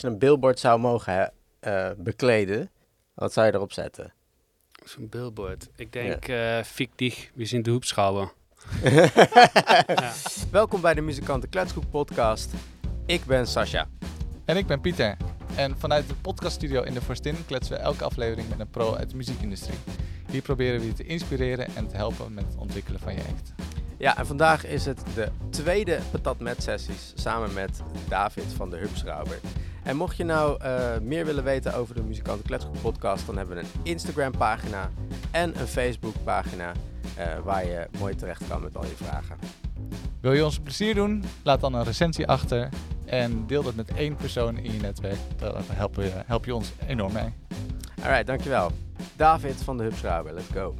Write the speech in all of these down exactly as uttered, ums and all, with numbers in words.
je een billboard zou mogen uh, bekleden, wat zou je erop zetten? Zo'n billboard. Ik denk ja. uh, Fiek dich, we zien de hoepschouwen. ja. Welkom bij de Muzikanten Kletskoek podcast. Ik ben Sascha. En ik ben Pieter. En vanuit de podcaststudio in de Vorstin kletsen we elke aflevering met een pro uit de muziekindustrie. Hier proberen we je te inspireren en te helpen met het ontwikkelen van je act. Ja, en vandaag is het de tweede Patat Met sessies samen met David van de Hupschrauber. En mocht je nou uh, meer willen weten over de Muzikanten Kletskoek podcast, dan hebben we een Instagram pagina en een Facebook pagina uh, waar je mooi terecht kan met al je vragen. Wil je ons een plezier doen? Laat dan een recensie achter en deel dat met één persoon in je netwerk. Daar help je, help je ons enorm mee. Alright, dankjewel. David van de Hupschrauber, let's go.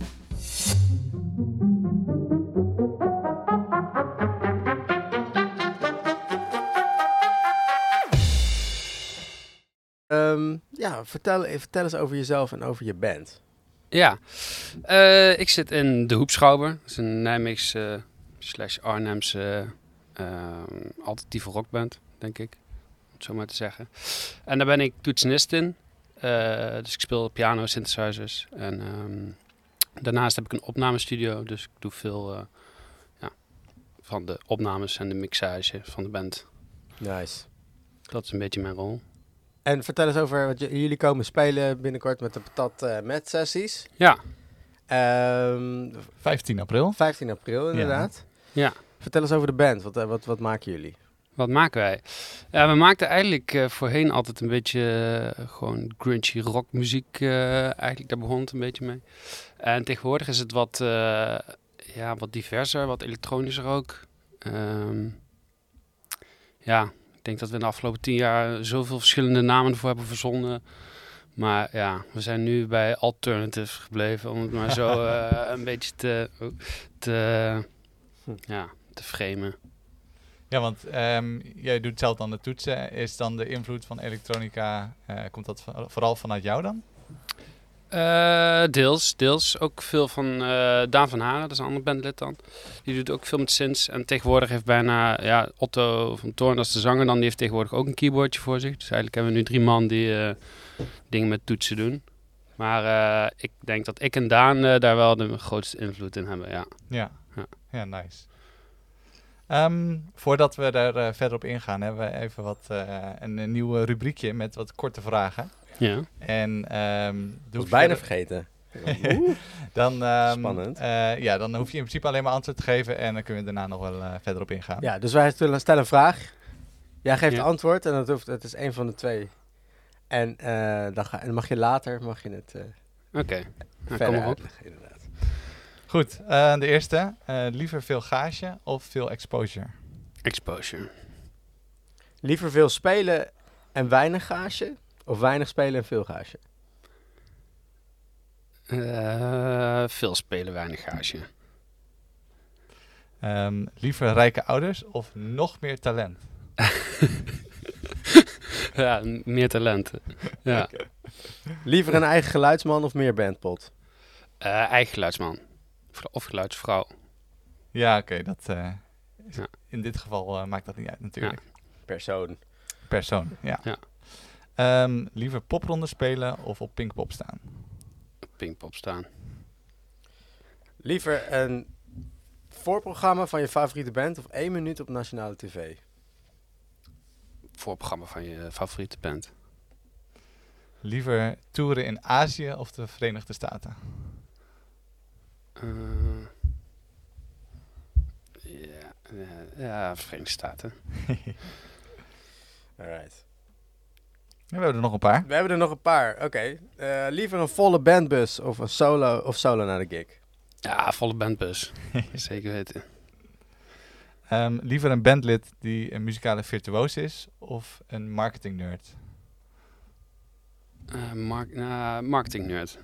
Um, ja, vertel, vertel eens over jezelf en over je band. Ja, uh, ik zit in de Hoepschouwer. Dat is een Nijmeegse uh, slash Arnhemse uh, alternatieve rockband, denk ik. Om het zo maar te zeggen. En daar ben ik toetsenist in. Uh, dus ik speel piano, synthesizers. En um, daarnaast heb ik een opnamestudio. Dus ik doe veel uh, ja, van de opnames en de mixage van de band. Nice. Dat is een beetje mijn rol. En vertel eens over, wat j- jullie komen spelen binnenkort met de Patat uh, Met sessies. Ja. Um, vijftien april. vijftien april, inderdaad. Ja. ja. Vertel eens over de band. Wat, uh, wat, wat maken jullie? Wat maken wij? Ja, we maakten eigenlijk uh, voorheen altijd een beetje uh, gewoon grungy rockmuziek. Uh, eigenlijk, daar begon het een beetje mee. En tegenwoordig is het wat, uh, ja, wat diverser, wat elektronischer ook. Um, ja... Ik denk dat we in de afgelopen tien jaar zoveel verschillende namen ervoor hebben verzonnen. Maar ja, we zijn nu bij alternative gebleven. Om het maar zo uh, een beetje te, te, ja, te framen. Ja, want um, jij doet zelf dan de toetsen. Is dan de invloed van elektronica, uh, komt dat v- vooral vanuit jou dan? Uh, deels, deels. Ook veel van uh, Daan van Haren, dat is een ander bandlid dan. Die doet ook veel met synths. En tegenwoordig heeft bijna, ja, Otto van Toorn, dat is de zanger dan, die heeft tegenwoordig ook een keyboardje voor zich. Dus eigenlijk hebben we nu drie man die uh, dingen met toetsen doen. Maar uh, ik denk dat ik en Daan uh, daar wel de grootste invloed in hebben, ja. Ja, ja. ja nice. Um, voordat we daar uh, verder op ingaan, hebben we even wat, uh, een, een nieuw rubriekje met wat korte vragen. Ja. En um, doe bijna vergeten. dan, um, Spannend. Uh, ja, dan hoef je in principe alleen maar antwoord te geven en dan kunnen we daarna nog wel uh, verder op ingaan. Ja, dus wij stellen een vraag. Jij geeft ja. antwoord en dat hoeft, het is één van de twee. En uh, dan, ga, dan mag je later mag je het uh, Oké. Okay. verder nou, uitleggen, inderdaad. Goed, uh, de eerste. Uh, liever veel gage of veel exposure? Exposure. Liever veel spelen en weinig gage? Of weinig spelen en veel gage? Uh, veel spelen, weinig gage. Um, liever rijke ouders of nog meer talent? ja, meer talent. Ja. Okay. Liever een eigen geluidsman of meer bandpot? Uh, eigen geluidsman. Of geluidsvrouw. Ja, oké. Okay, dat uh, ja. In dit geval uh, maakt dat niet uit natuurlijk. Ja. Persoon. Persoon, ja. ja. Um, liever popronde spelen of op Pinkpop staan? Op Pinkpop staan. Liever een voorprogramma van je favoriete band of één minuut op nationale tv? Voorprogramma van je favoriete band. Liever toeren in Azië of de Verenigde Staten? Uh, ja, uh, ja, Verenigde Staten. Alright. We hebben er nog een paar. We hebben er nog een paar, oké. Okay. Uh, liever een volle bandbus of een solo of solo naar de gig? Ja, volle bandbus. Zeker weten. Um, liever een bandlid die een muzikale virtuoos is of een marketing nerd? Uh, mar- uh, marketing nerd.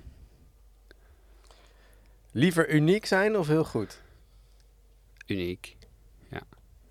Liever uniek zijn of heel goed? Uniek, ja.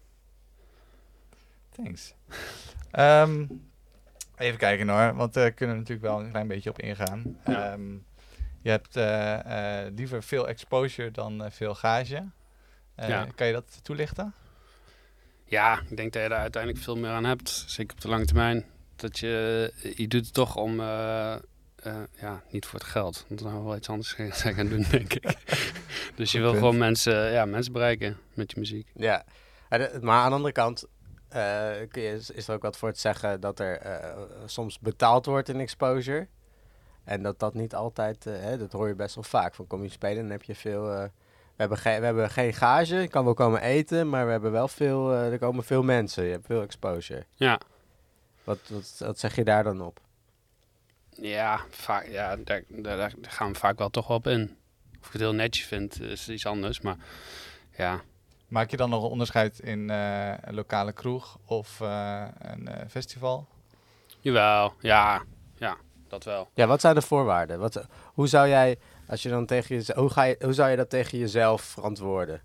Thanks. um, even kijken hoor, want daar uh, kunnen we natuurlijk wel een klein beetje op ingaan. Ja. Um, je hebt uh, uh, liever veel exposure dan uh, veel gage. Uh, ja. Kan je dat toelichten? Ja, ik denk dat je daar uiteindelijk veel meer aan hebt. Zeker op de lange termijn. dat je, je doet het toch om, uh, uh, ja, niet voor het geld. Want dan wel iets anders zijn gaan doen, denk ik. Dus je wil punt. gewoon mensen, ja, mensen bereiken met je muziek. Ja, maar aan de andere kant uh, kun je, is er ook wat voor te zeggen dat er uh, soms betaald wordt in exposure. En dat dat niet altijd, uh, hè, dat hoor je best wel vaak. Van kom je spelen, dan heb je veel... Uh, we, hebben ge- we hebben geen gage, je kan wel komen eten, maar we hebben wel veel... Uh, er komen veel mensen, je hebt veel exposure. Ja. Wat, wat, wat zeg je daar dan op? Ja, vaak, ja daar, daar, daar gaan we vaak wel toch wel op in. Of ik het heel netjes vind, is iets anders, maar ja... Maak je dan nog een onderscheid in uh, een lokale kroeg of uh, een uh, festival? Jawel, ja, ja, dat wel. Ja, wat zijn de voorwaarden? Wat, hoe zou jij, als je dan tegen je, hoe, ga je, hoe zou je dat tegen jezelf verantwoorden?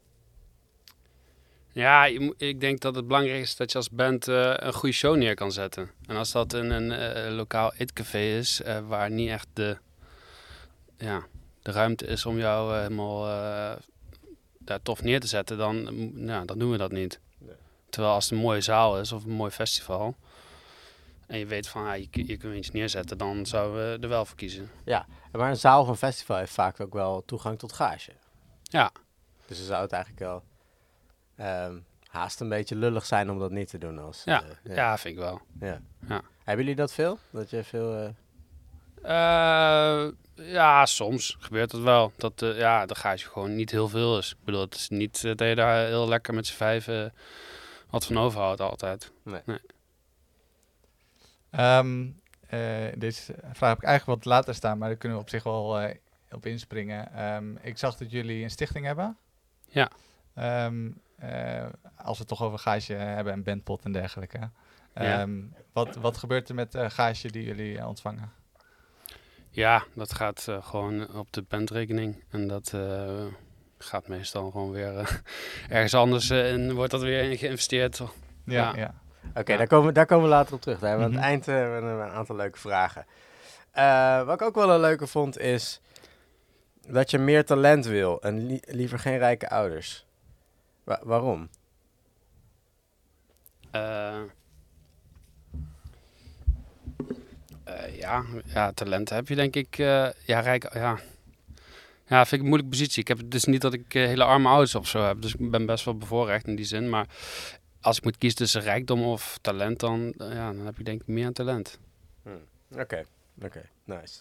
Ja, je, ik denk dat het belangrijk is dat je als band uh, een goede show neer kan zetten. En als dat in een uh, lokaal eetcafé is, uh, waar niet echt de, ja, de ruimte is om jou uh, helemaal uh, daar tof neer te zetten, dan, nou, dan doen we dat niet. Nee. Terwijl als het een mooie zaal is of een mooi festival en je weet van, ah, je, je kunt iets neerzetten, dan zouden we er wel voor kiezen. Ja, maar een zaal van een festival heeft vaak ook wel toegang tot gage. Ja. Dus dan zou het eigenlijk wel um, haast een beetje lullig zijn om dat niet te doen. Als, ja. Uh, ja. ja, vind ik wel. Ja. Ja. Hebben jullie dat veel? Dat je veel... Uh... Uh, ja, soms gebeurt het wel. Dat uh, ja, de gage gewoon niet heel veel is. Ik bedoel, het is niet uh, dat je daar heel lekker met z'n vijven wat van overhoudt altijd. Nee. nee. Um, uh, deze vraag heb ik eigenlijk wat later staan, maar daar kunnen we op zich wel uh, op inspringen. Um, ik zag dat jullie een stichting hebben. Ja. Um, uh, als we het toch over gage hebben en bandpot en dergelijke. Um, ja. wat, wat gebeurt er met uh, gage die jullie uh, ontvangen? Ja, dat gaat uh, gewoon op de bandrekening. En dat uh, gaat meestal gewoon weer uh, ergens anders uh, en wordt dat weer in geïnvesteerd. Ja, ja. ja. Oké, okay, ja. daar, komen, daar komen we later op terug. Daar hebben we mm-hmm. aan het eind uh, een, een aantal leuke vragen. Uh, wat ik ook wel een leuke vond is dat je meer talent wil en li- liever geen rijke ouders. Wa- waarom? Uh, uh, ja, ja, talent heb je denk ik. Uh, ja, rijk, ja. Ja, vind ik een moeilijke positie. Ik heb het dus niet dat ik uh, hele arme ouders of zo heb. Dus ik ben best wel bevoorrecht in die zin. Maar als ik moet kiezen tussen rijkdom of talent, dan, uh, ja, dan heb ik denk ik meer aan talent. Hmm. Oké, okay. oké, okay. nice.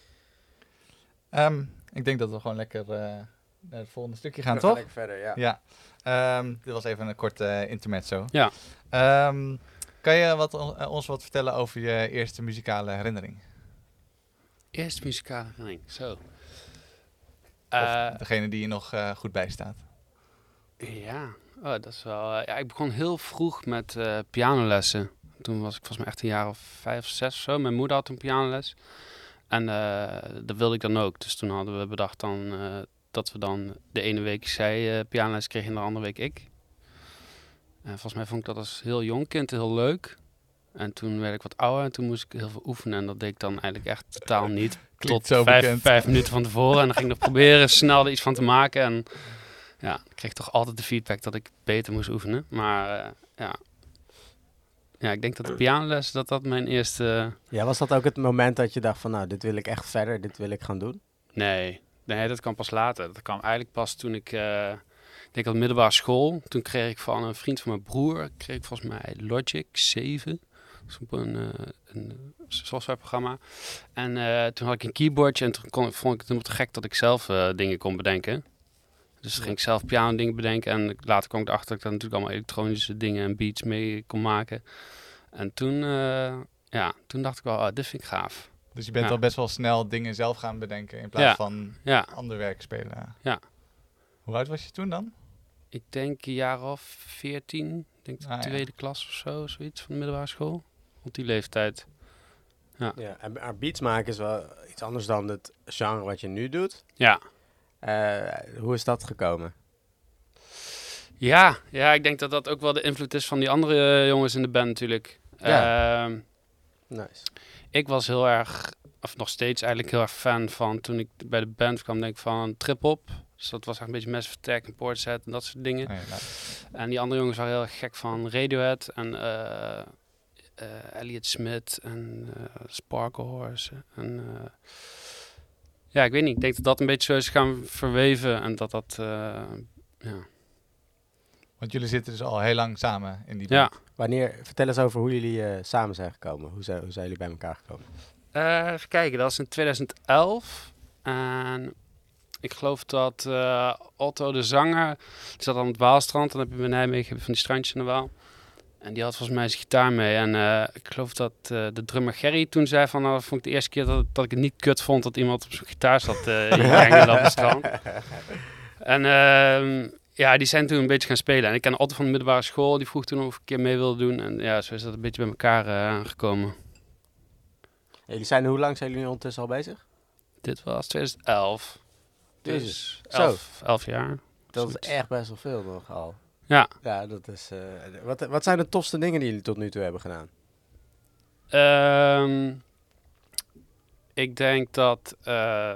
Um, ik denk dat we gewoon lekker uh, naar het volgende stukje gaan, we toch? Gaan lekker verder, ja. ja. Um, dit was even een korte uh, intermezzo. Ja. Um, kan je wat, uh, ons wat vertellen over je eerste muzikale herinnering? Eerste muzikale herinnering, zo. Uh, of degene die je nog uh, goed bijstaat. Ja, oh, dat is wel... Uh, ja, ik begon heel vroeg met uh, pianolessen. Toen was ik volgens mij echt een jaar of vijf of zes of zo. Mijn moeder had een pianoles. En uh, dat wilde ik dan ook. Dus toen hadden we bedacht dan, uh, dat we dan de ene week zij uh, pianoles kregen en de andere week ik. En volgens mij vond ik dat als heel jong kind heel leuk. En toen werd ik wat ouder en toen moest ik heel veel oefenen. En dat deed ik dan eigenlijk echt totaal niet. Klinkt tot zo vijf, vijf minuten van tevoren. En dan ging ik nog proberen snel er iets van te maken. En ja, ik kreeg toch altijd de feedback dat ik beter moest oefenen. Maar uh, ja... Ja, ik denk dat de pianoles, dat dat mijn eerste... Ja, was dat ook het moment dat je dacht van, nou, dit wil ik echt verder, dit wil ik gaan doen? Nee, nee, dat kwam pas later. Dat kwam eigenlijk pas toen ik, uh, ik denk op middelbare school. Toen kreeg ik van een vriend van mijn broer, kreeg ik volgens mij Logic zeven. Dat is op een, uh, een softwareprogramma. En uh, toen had ik een keyboardje en toen kon, vond ik het helemaal te gek dat ik zelf uh, dingen kon bedenken. Dus toen ging ik zelf piano dingen bedenken. En later kwam ik erachter dat ik daar natuurlijk allemaal elektronische dingen en beats mee kon maken. En toen, uh, ja, toen dacht ik wel, oh, dit vind ik gaaf. Dus je bent ja. al best wel snel dingen zelf gaan bedenken in plaats ja. van ja. ander werk spelen. Ja. Hoe oud was je toen dan? Ik denk een jaar of veertien. Ik denk de ah, tweede ja. klas of zo, zoiets van de middelbare school. Op die leeftijd. Ja. Ja, en maar beats maken is wel iets anders dan het genre wat je nu doet. Ja. Uh, hoe is dat gekomen? Ja, ja, ik denk dat dat ook wel de invloed is van die andere uh, jongens in de band natuurlijk. Ja. Uh, nice. Ik was heel erg, of nog steeds eigenlijk heel erg fan van, toen ik bij de band kwam, denk ik van trip-hop. Dus dat was echt een beetje Massive Attack en Portishead en dat soort dingen. Oh ja, nou. En die andere jongens waren heel erg gek van Radiohead. En uh, uh, Elliott Smith en uh, Sparkle Horse. En, uh, ja, ik weet niet. Ik denk dat dat een beetje zo is gaan verweven. En dat dat, uh, ja. Want jullie zitten dus al heel lang samen in die Ja. band. Wanneer, vertel eens over hoe jullie uh, samen zijn gekomen. Hoe zijn, hoe zijn jullie bij elkaar gekomen? Uh, even kijken, dat was in twintig elf. En ik geloof dat uh, Otto de zanger, die zat aan het Waalstrand. Dan heb je bij Nijmegen heb je van die strandjes aan de Waal. En die had volgens mij zijn gitaar mee. En uh, ik geloof dat uh, de drummer Gerry toen zei van... Nou, dat vond ik de eerste keer dat, dat ik het niet kut vond dat iemand op zijn gitaar zat uh, in Engelen op het strand. En uh, ja, die zijn toen een beetje gaan spelen. En ik ken Otto van de middelbare school. Die vroeg toen of ik een keer mee wilde doen. En ja, zo is dat een beetje bij elkaar uh, aangekomen. Jullie zijn, hoe lang zijn jullie ondertussen al bezig? Dit was twintig elf. Dus Dus elf, elf jaar. Dat Zoiets. is echt best wel veel nogal. Ja. Ja, dat is... Uh, wat, wat zijn de tofste dingen die jullie tot nu toe hebben gedaan? Um, ik denk dat... Uh,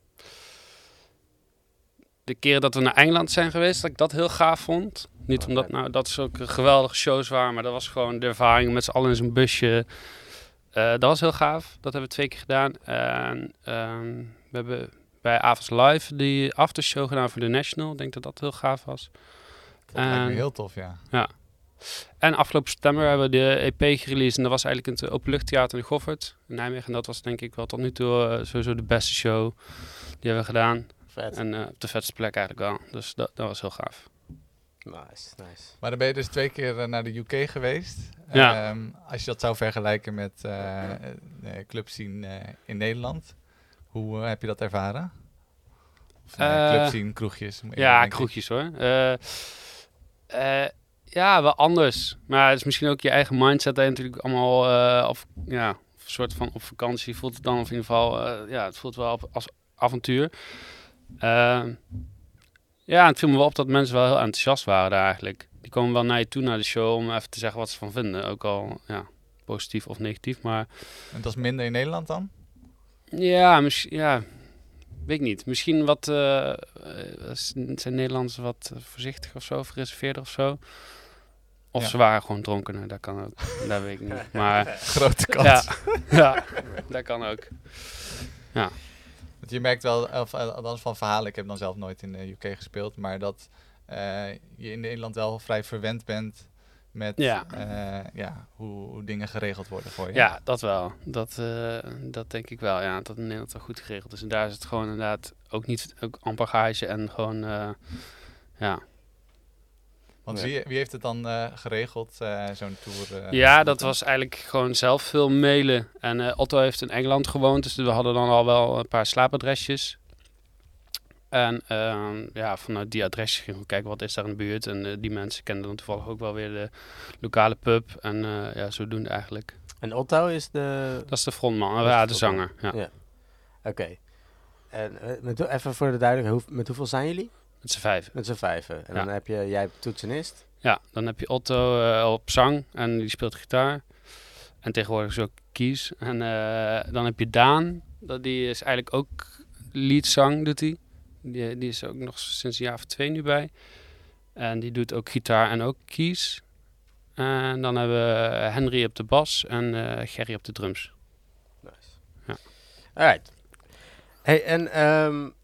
de keren dat we naar Engeland zijn geweest, dat ik dat heel gaaf vond. Niet Oh, omdat ja. nou, dat zulke geweldige shows waren, maar dat was gewoon de ervaring met z'n allen in zo'n busje. Uh, dat was heel gaaf. Dat hebben we twee keer gedaan. En um, we hebben bij Avonds Live die aftershow gedaan voor The National. Ik denk dat dat heel gaaf was. Dat lijkt me En- heel tof, ja. Ja. En afgelopen september hebben we de E P gereleased. En dat was eigenlijk in het openluchttheater in de Goffert in Nijmegen. En dat was denk ik wel tot nu toe uh, sowieso de beste show die hebben we gedaan. Vet. En uh, op de vetste plek eigenlijk wel. Dus dat, dat was heel gaaf. Nice, nice. Maar dan ben je dus twee keer uh, naar de U K geweest. Ja. Um, als je dat zou vergelijken met uh, uh, clubscene uh, in Nederland. Hoe uh, heb je dat ervaren? Of uh, Uh, clubscene, kroegjes? moet je Ja, denken. kroegjes hoor. Uh, uh, ja, wel anders. Maar het is misschien ook je eigen mindset. Dat je natuurlijk allemaal uh, of, ja, een soort van op vakantie voelt het dan. Of in ieder geval, uh, ja, het voelt wel op, als avontuur. Uh, ja, en het viel me wel op dat mensen wel heel enthousiast waren daar eigenlijk. Die komen wel naar je toe naar de show om even te zeggen wat ze van vinden. Ook al, ja, positief of negatief. Maar En dat is minder in Nederland dan? ja, misschien, ja, weet ik niet. Misschien wat, uh, uh, zijn Nederlanders wat uh, voorzichtig of zo, gereserveerder of zo. Of Ja. ze waren gewoon dronken, dat kan ook. Dat weet ik niet. Maar Grote kans. ja, ja, dat kan ook. Want je merkt wel, of, uh, althans van verhalen, ik heb dan zelf nooit in de U K gespeeld, maar dat uh, je in Nederland wel vrij verwend bent met Ja. uh, ja, hoe, hoe dingen geregeld worden voor je. Ja, dat wel. Dat, uh, dat denk ik wel, ja. Dat in Nederland wel goed geregeld is. En daar is het gewoon inderdaad ook niet ook aan bagage en gewoon, uh, ja. Want Ja. wie, wie heeft het dan uh, geregeld, uh, zo'n tour? Uh, Ja, dat was eigenlijk gewoon zelf veel mailen. En uh, Otto heeft in Engeland gewoond, dus we hadden dan al wel een paar slaapadresjes. En uh, ja, vanuit die adresjes gingen we kijken wat is daar in de buurt. En uh, die mensen kenden dan toevallig ook wel weer de lokale pub. En uh, ja, zodoende eigenlijk. En Otto is de... Dat is de frontman, Dat uh, is ja, de de frontman. zanger. Ja. Ja. Oké. En uh, met, even voor de duidelijkheid, hoe, met hoeveel zijn jullie? Met z'n vijven. Met z'n vijven. En Ja. dan heb je, jij hebt toetsenist. Ja, dan heb je Otto uh, op zang en die speelt gitaar. En tegenwoordig is ook keys. En uh, dan heb je Daan, dat, die is eigenlijk ook leadzang doet hij. Die, die is ook nog sinds een jaar of twee nu bij. En die doet ook gitaar en ook keys. En dan hebben we Henry op de bas en uh, Gerry op de drums. Nice. Ja. Alright. Hey, en um,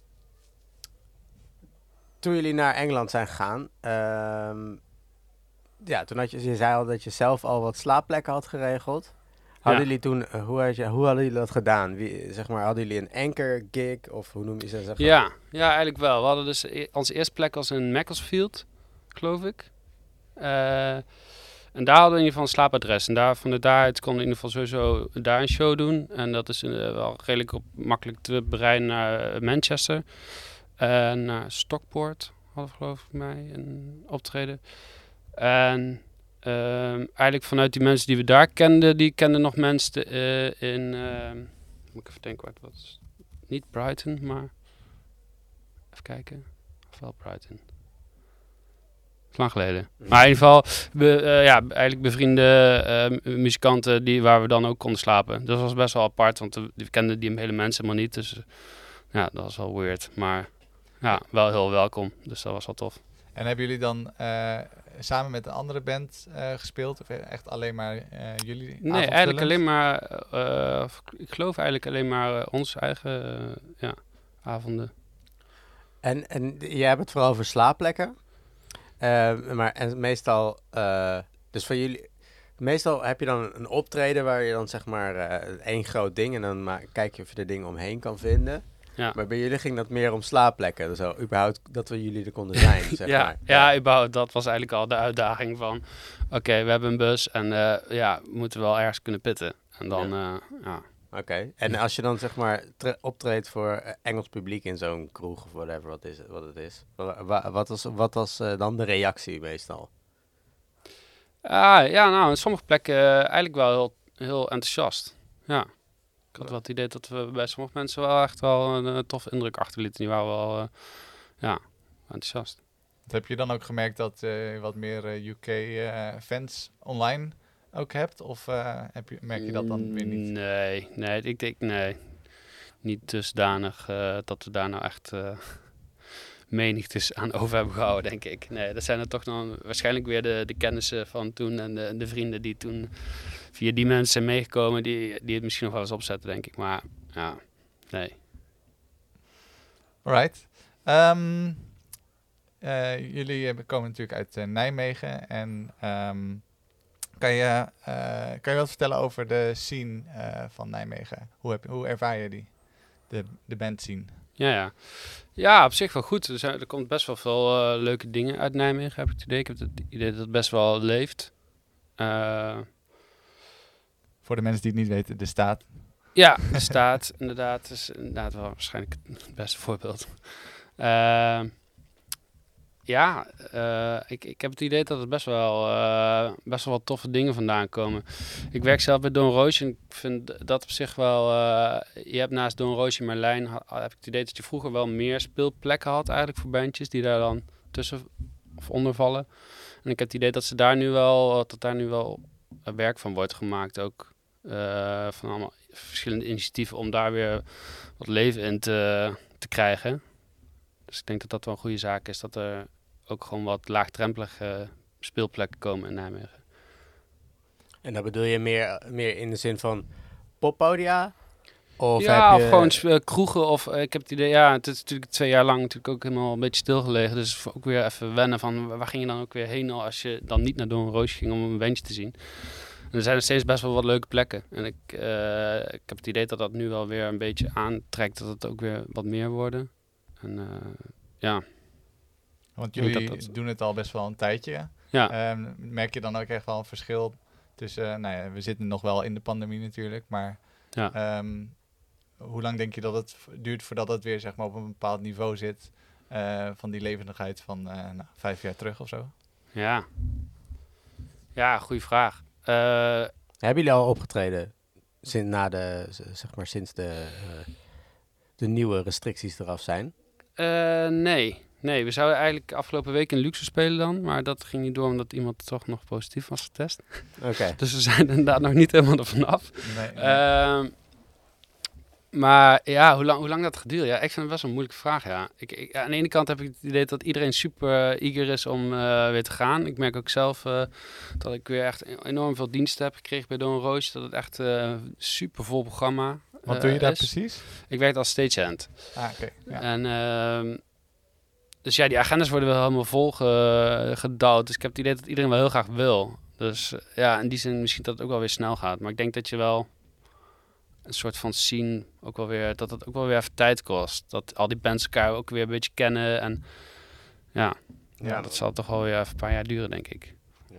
toen jullie naar Engeland zijn gegaan, um, ja, toen had je, je zei al dat je zelf al wat slaapplekken had geregeld. Hadden Ja. jullie toen, uh, hoe, had je, hoe hadden jullie dat gedaan? Wie, zeg maar, hadden jullie een anchor gig of hoe noem je ze? Zeg maar? Ja, ja, eigenlijk wel. We hadden dus e- onze eerste plek was in Macclesfield, geloof ik. Uh, en daar hadden we in ieder geval een slaapadres. En daar, van de daaruit konden we in ieder geval sowieso daar een show doen. En dat is uh, wel redelijk op, makkelijk te bereiden naar uh, Manchester. En uh, naar Stockport hadden we geloof ik mij een optreden. En uh, eigenlijk vanuit die mensen die we daar kenden, die kenden nog mensen uh, in... Uh, moet ik even denken wat het was. Niet Brighton, maar... Even kijken. Of wel Brighton. Dat is lang geleden. Maar in ieder geval, be, uh, ja, eigenlijk bevriende uh, muzikanten die, waar we dan ook konden slapen. Dus dat was best wel apart, want we, we kenden die hele mensen helemaal niet. Dus uh, ja, dat was wel weird. Maar ja, wel heel welkom. Dus dat was wel tof. En hebben jullie dan uh, samen met een andere band uh, gespeeld? Of echt alleen maar uh, jullie? Nee, eigenlijk alleen maar, uh, ik geloof eigenlijk alleen maar uh, onze eigen uh, ja, avonden. En, en je hebt het vooral over slaapplekken. Uh, maar en meestal, uh, dus van jullie, meestal heb je dan een optreden waar je dan zeg maar uh, één groot ding en dan ma- kijk je of je er dingen omheen kan vinden. Ja. Maar bij jullie ging dat meer om slaapplekken. Dus al, überhaupt dat we jullie er konden zijn, zeg ja, maar. Ja, überhaupt. Dat was eigenlijk al de uitdaging van... Oké, okay, we hebben een bus en uh, ja, we moeten wel ergens kunnen pitten. En dan, ja. Uh, ja. Oké. Okay. En als je dan zeg maar tre- optreedt voor uh, Engels publiek in zo'n kroeg of whatever wat, is, wat het is. Wat, wat was, wat was uh, dan de reactie meestal? Ah, ja, nou, in sommige plekken uh, eigenlijk wel heel, heel enthousiast. Ja. Ik had wel het idee dat we bij sommige mensen wel echt wel een, een toffe indruk achterlieten. Die waren wel, uh, ja, enthousiast. Heb je dan ook gemerkt dat je uh, wat meer uh, U K-fans uh, online ook hebt? Of uh, heb je, merk je dat dan weer niet? Nee, nee, ik denk nee. Niet dusdanig uh, dat we daar nou echt uh, menigtes aan over hebben gehouden, denk ik. Nee, dat zijn er toch dan waarschijnlijk weer de, de kennissen van toen en de, de vrienden die toen via die mensen zijn meegekomen, die, die het misschien nog wel eens opzetten, denk ik. Maar ja, nee. Alright. Um, uh, jullie komen natuurlijk uit uh, Nijmegen en um, kan, je, uh, kan je wat vertellen over de scene uh, van Nijmegen? Hoe, heb, hoe ervaar je die, de, de band scene? Ja, ja. Ja, op zich wel goed. Er, zijn, er komt best wel veel uh, leuke dingen uit Nijmegen, heb ik het idee. Ik heb het idee dat het best wel leeft. Uh, Voor de mensen die het niet weten, de Staat. Ja, de Staat, inderdaad. is inderdaad wel waarschijnlijk het beste voorbeeld. Uh, ja, uh, ik, ik heb het idee dat er best wel, uh, best wel wat toffe dingen vandaan komen. Ik werk zelf bij Don Roosje en ik vind dat op zich wel... Uh, je hebt naast Don Roosje en Merlijn, ha, heb ik het idee dat je vroeger wel meer speelplekken had eigenlijk voor bandjes die daar dan tussen of onder vallen. En ik heb het idee dat ze daar nu wel, dat daar nu wel werk van wordt gemaakt ook. Uh, van allemaal verschillende initiatieven om daar weer wat leven in te, te krijgen. Dus ik denk dat dat wel een goede zaak is, dat er ook gewoon wat laagdrempelige speelplekken komen in Nijmegen. En dat bedoel je meer, meer in de zin van poppodia? Of ja, heb je... of gewoon uh, kroegen. Of uh, ik heb het idee, ja, het is natuurlijk twee jaar lang natuurlijk ook helemaal een beetje stilgelegen. Dus ook weer even wennen van waar ging je dan ook weer heen als je dan niet naar Don Roosje ging om een bandje te zien. En er zijn er steeds best wel wat leuke plekken. En ik, uh, ik heb het idee dat dat nu wel weer een beetje aantrekt, dat het ook weer wat meer worden. En uh, ja. Want jullie dat dat... doen het al best wel een tijdje. Ja. Um, merk je dan ook echt wel een verschil tussen, uh, nou ja, we zitten nog wel in de pandemie natuurlijk, maar ja. um, hoe lang denk je dat het duurt voordat het weer zeg maar op een bepaald niveau zit uh, van die levendigheid van uh, nou, vijf jaar terug of zo? Ja. Ja, goede vraag. Uh, Hebben jullie al opgetreden sinds, na de, zeg maar, sinds de, uh, de nieuwe restricties eraf zijn? Uh, nee. Nee, we zouden eigenlijk afgelopen week in Luxe spelen dan. Maar dat ging niet door omdat iemand toch nog positief was getest. Oké. Okay. Dus we zijn inderdaad nog niet helemaal ervan af. Nee, nee. Uh, maar ja, hoe lang, hoe lang dat gaat duren? Ja, ik vind het best wel een moeilijke vraag, ja. Ik, ik, aan de ene kant heb ik het idee dat iedereen super uh, eager is om uh, weer te gaan. Ik merk ook zelf uh, dat ik weer echt enorm veel diensten heb gekregen bij Don Roosje. Dat het echt uh, super vol programma uh, Wat doe je daar is. precies? Ik werk als stagehand. Ah, oké. Okay, ja. En... Uh, Dus ja, die agendas worden wel helemaal vol ge, gedouwd. Dus ik heb het idee dat iedereen wel heel graag wil. Dus uh, ja, in die zin misschien dat het ook wel weer snel gaat. Maar ik denk dat je wel een soort van scene ook wel weer... dat het ook wel weer even tijd kost. Dat al die bands elkaar ook weer een beetje kennen. En ja, ja, ja dat zal toch wel weer even een paar jaar duren, denk ik. Ja.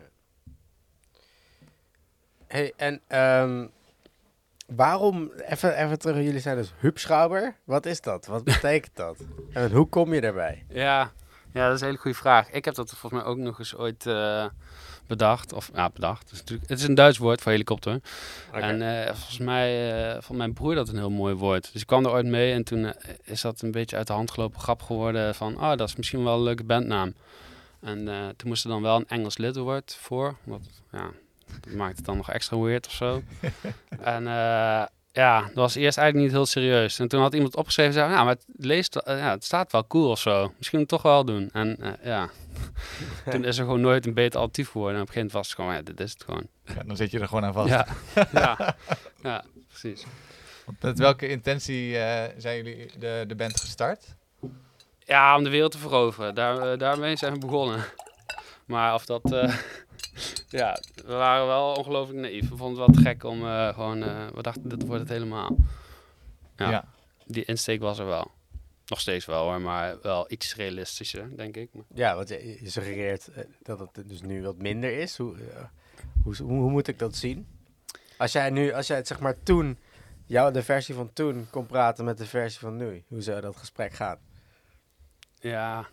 Hey, en... Um... Waarom, even, even terug, jullie zijn dus hubschrauber. Wat is dat? Wat betekent dat? En hoe kom je daarbij? Ja, ja, dat is een hele goede vraag. Ik heb dat volgens mij ook nog eens ooit uh, bedacht. Of ja, bedacht. Het is, natuurlijk, het is een Duits woord voor helikopter. Okay. En uh, volgens mij uh, vond mijn broer dat een heel mooi woord. Dus ik kwam er ooit mee en toen uh, is dat een beetje uit de hand gelopen grap geworden van... oh, dat is misschien wel een leuke bandnaam. En uh, toen moest er dan wel een Engels lidwoord voor. Wat, ja... Dat maakt het dan nog extra weird of zo. En uh, ja, dat was eerst eigenlijk niet heel serieus. En toen had iemand opgeschreven en zei, nou, maar het, leest, uh, ja, het staat wel cool of zo. Misschien het toch wel doen. En uh, ja, toen is er gewoon nooit een beter alternatief geworden. En op een gegeven moment was het gewoon, ja, dit is het gewoon. Ja, dan zit je er gewoon aan vast. Ja, ja, ja, precies. Met welke intentie uh, zijn jullie de, de band gestart? Ja, om de wereld te veroveren. Daar, uh, daarmee zijn we begonnen. Maar of dat... Uh, ja, we waren wel ongelooflijk naïef. We vonden het wel te gek om uh, gewoon... Uh, we dachten, dit wordt het helemaal. Ja, ja, die insteek was er wel. Nog steeds wel hoor, maar wel iets realistischer, denk ik. Ja, want je, je suggereert uh, dat het dus nu wat minder is. Hoe, uh, hoe, hoe, hoe moet ik dat zien? Als jij nu, als jij het zeg maar toen... jou de versie van toen kon praten met de versie van nu. Hoe zou dat gesprek gaan? Ja.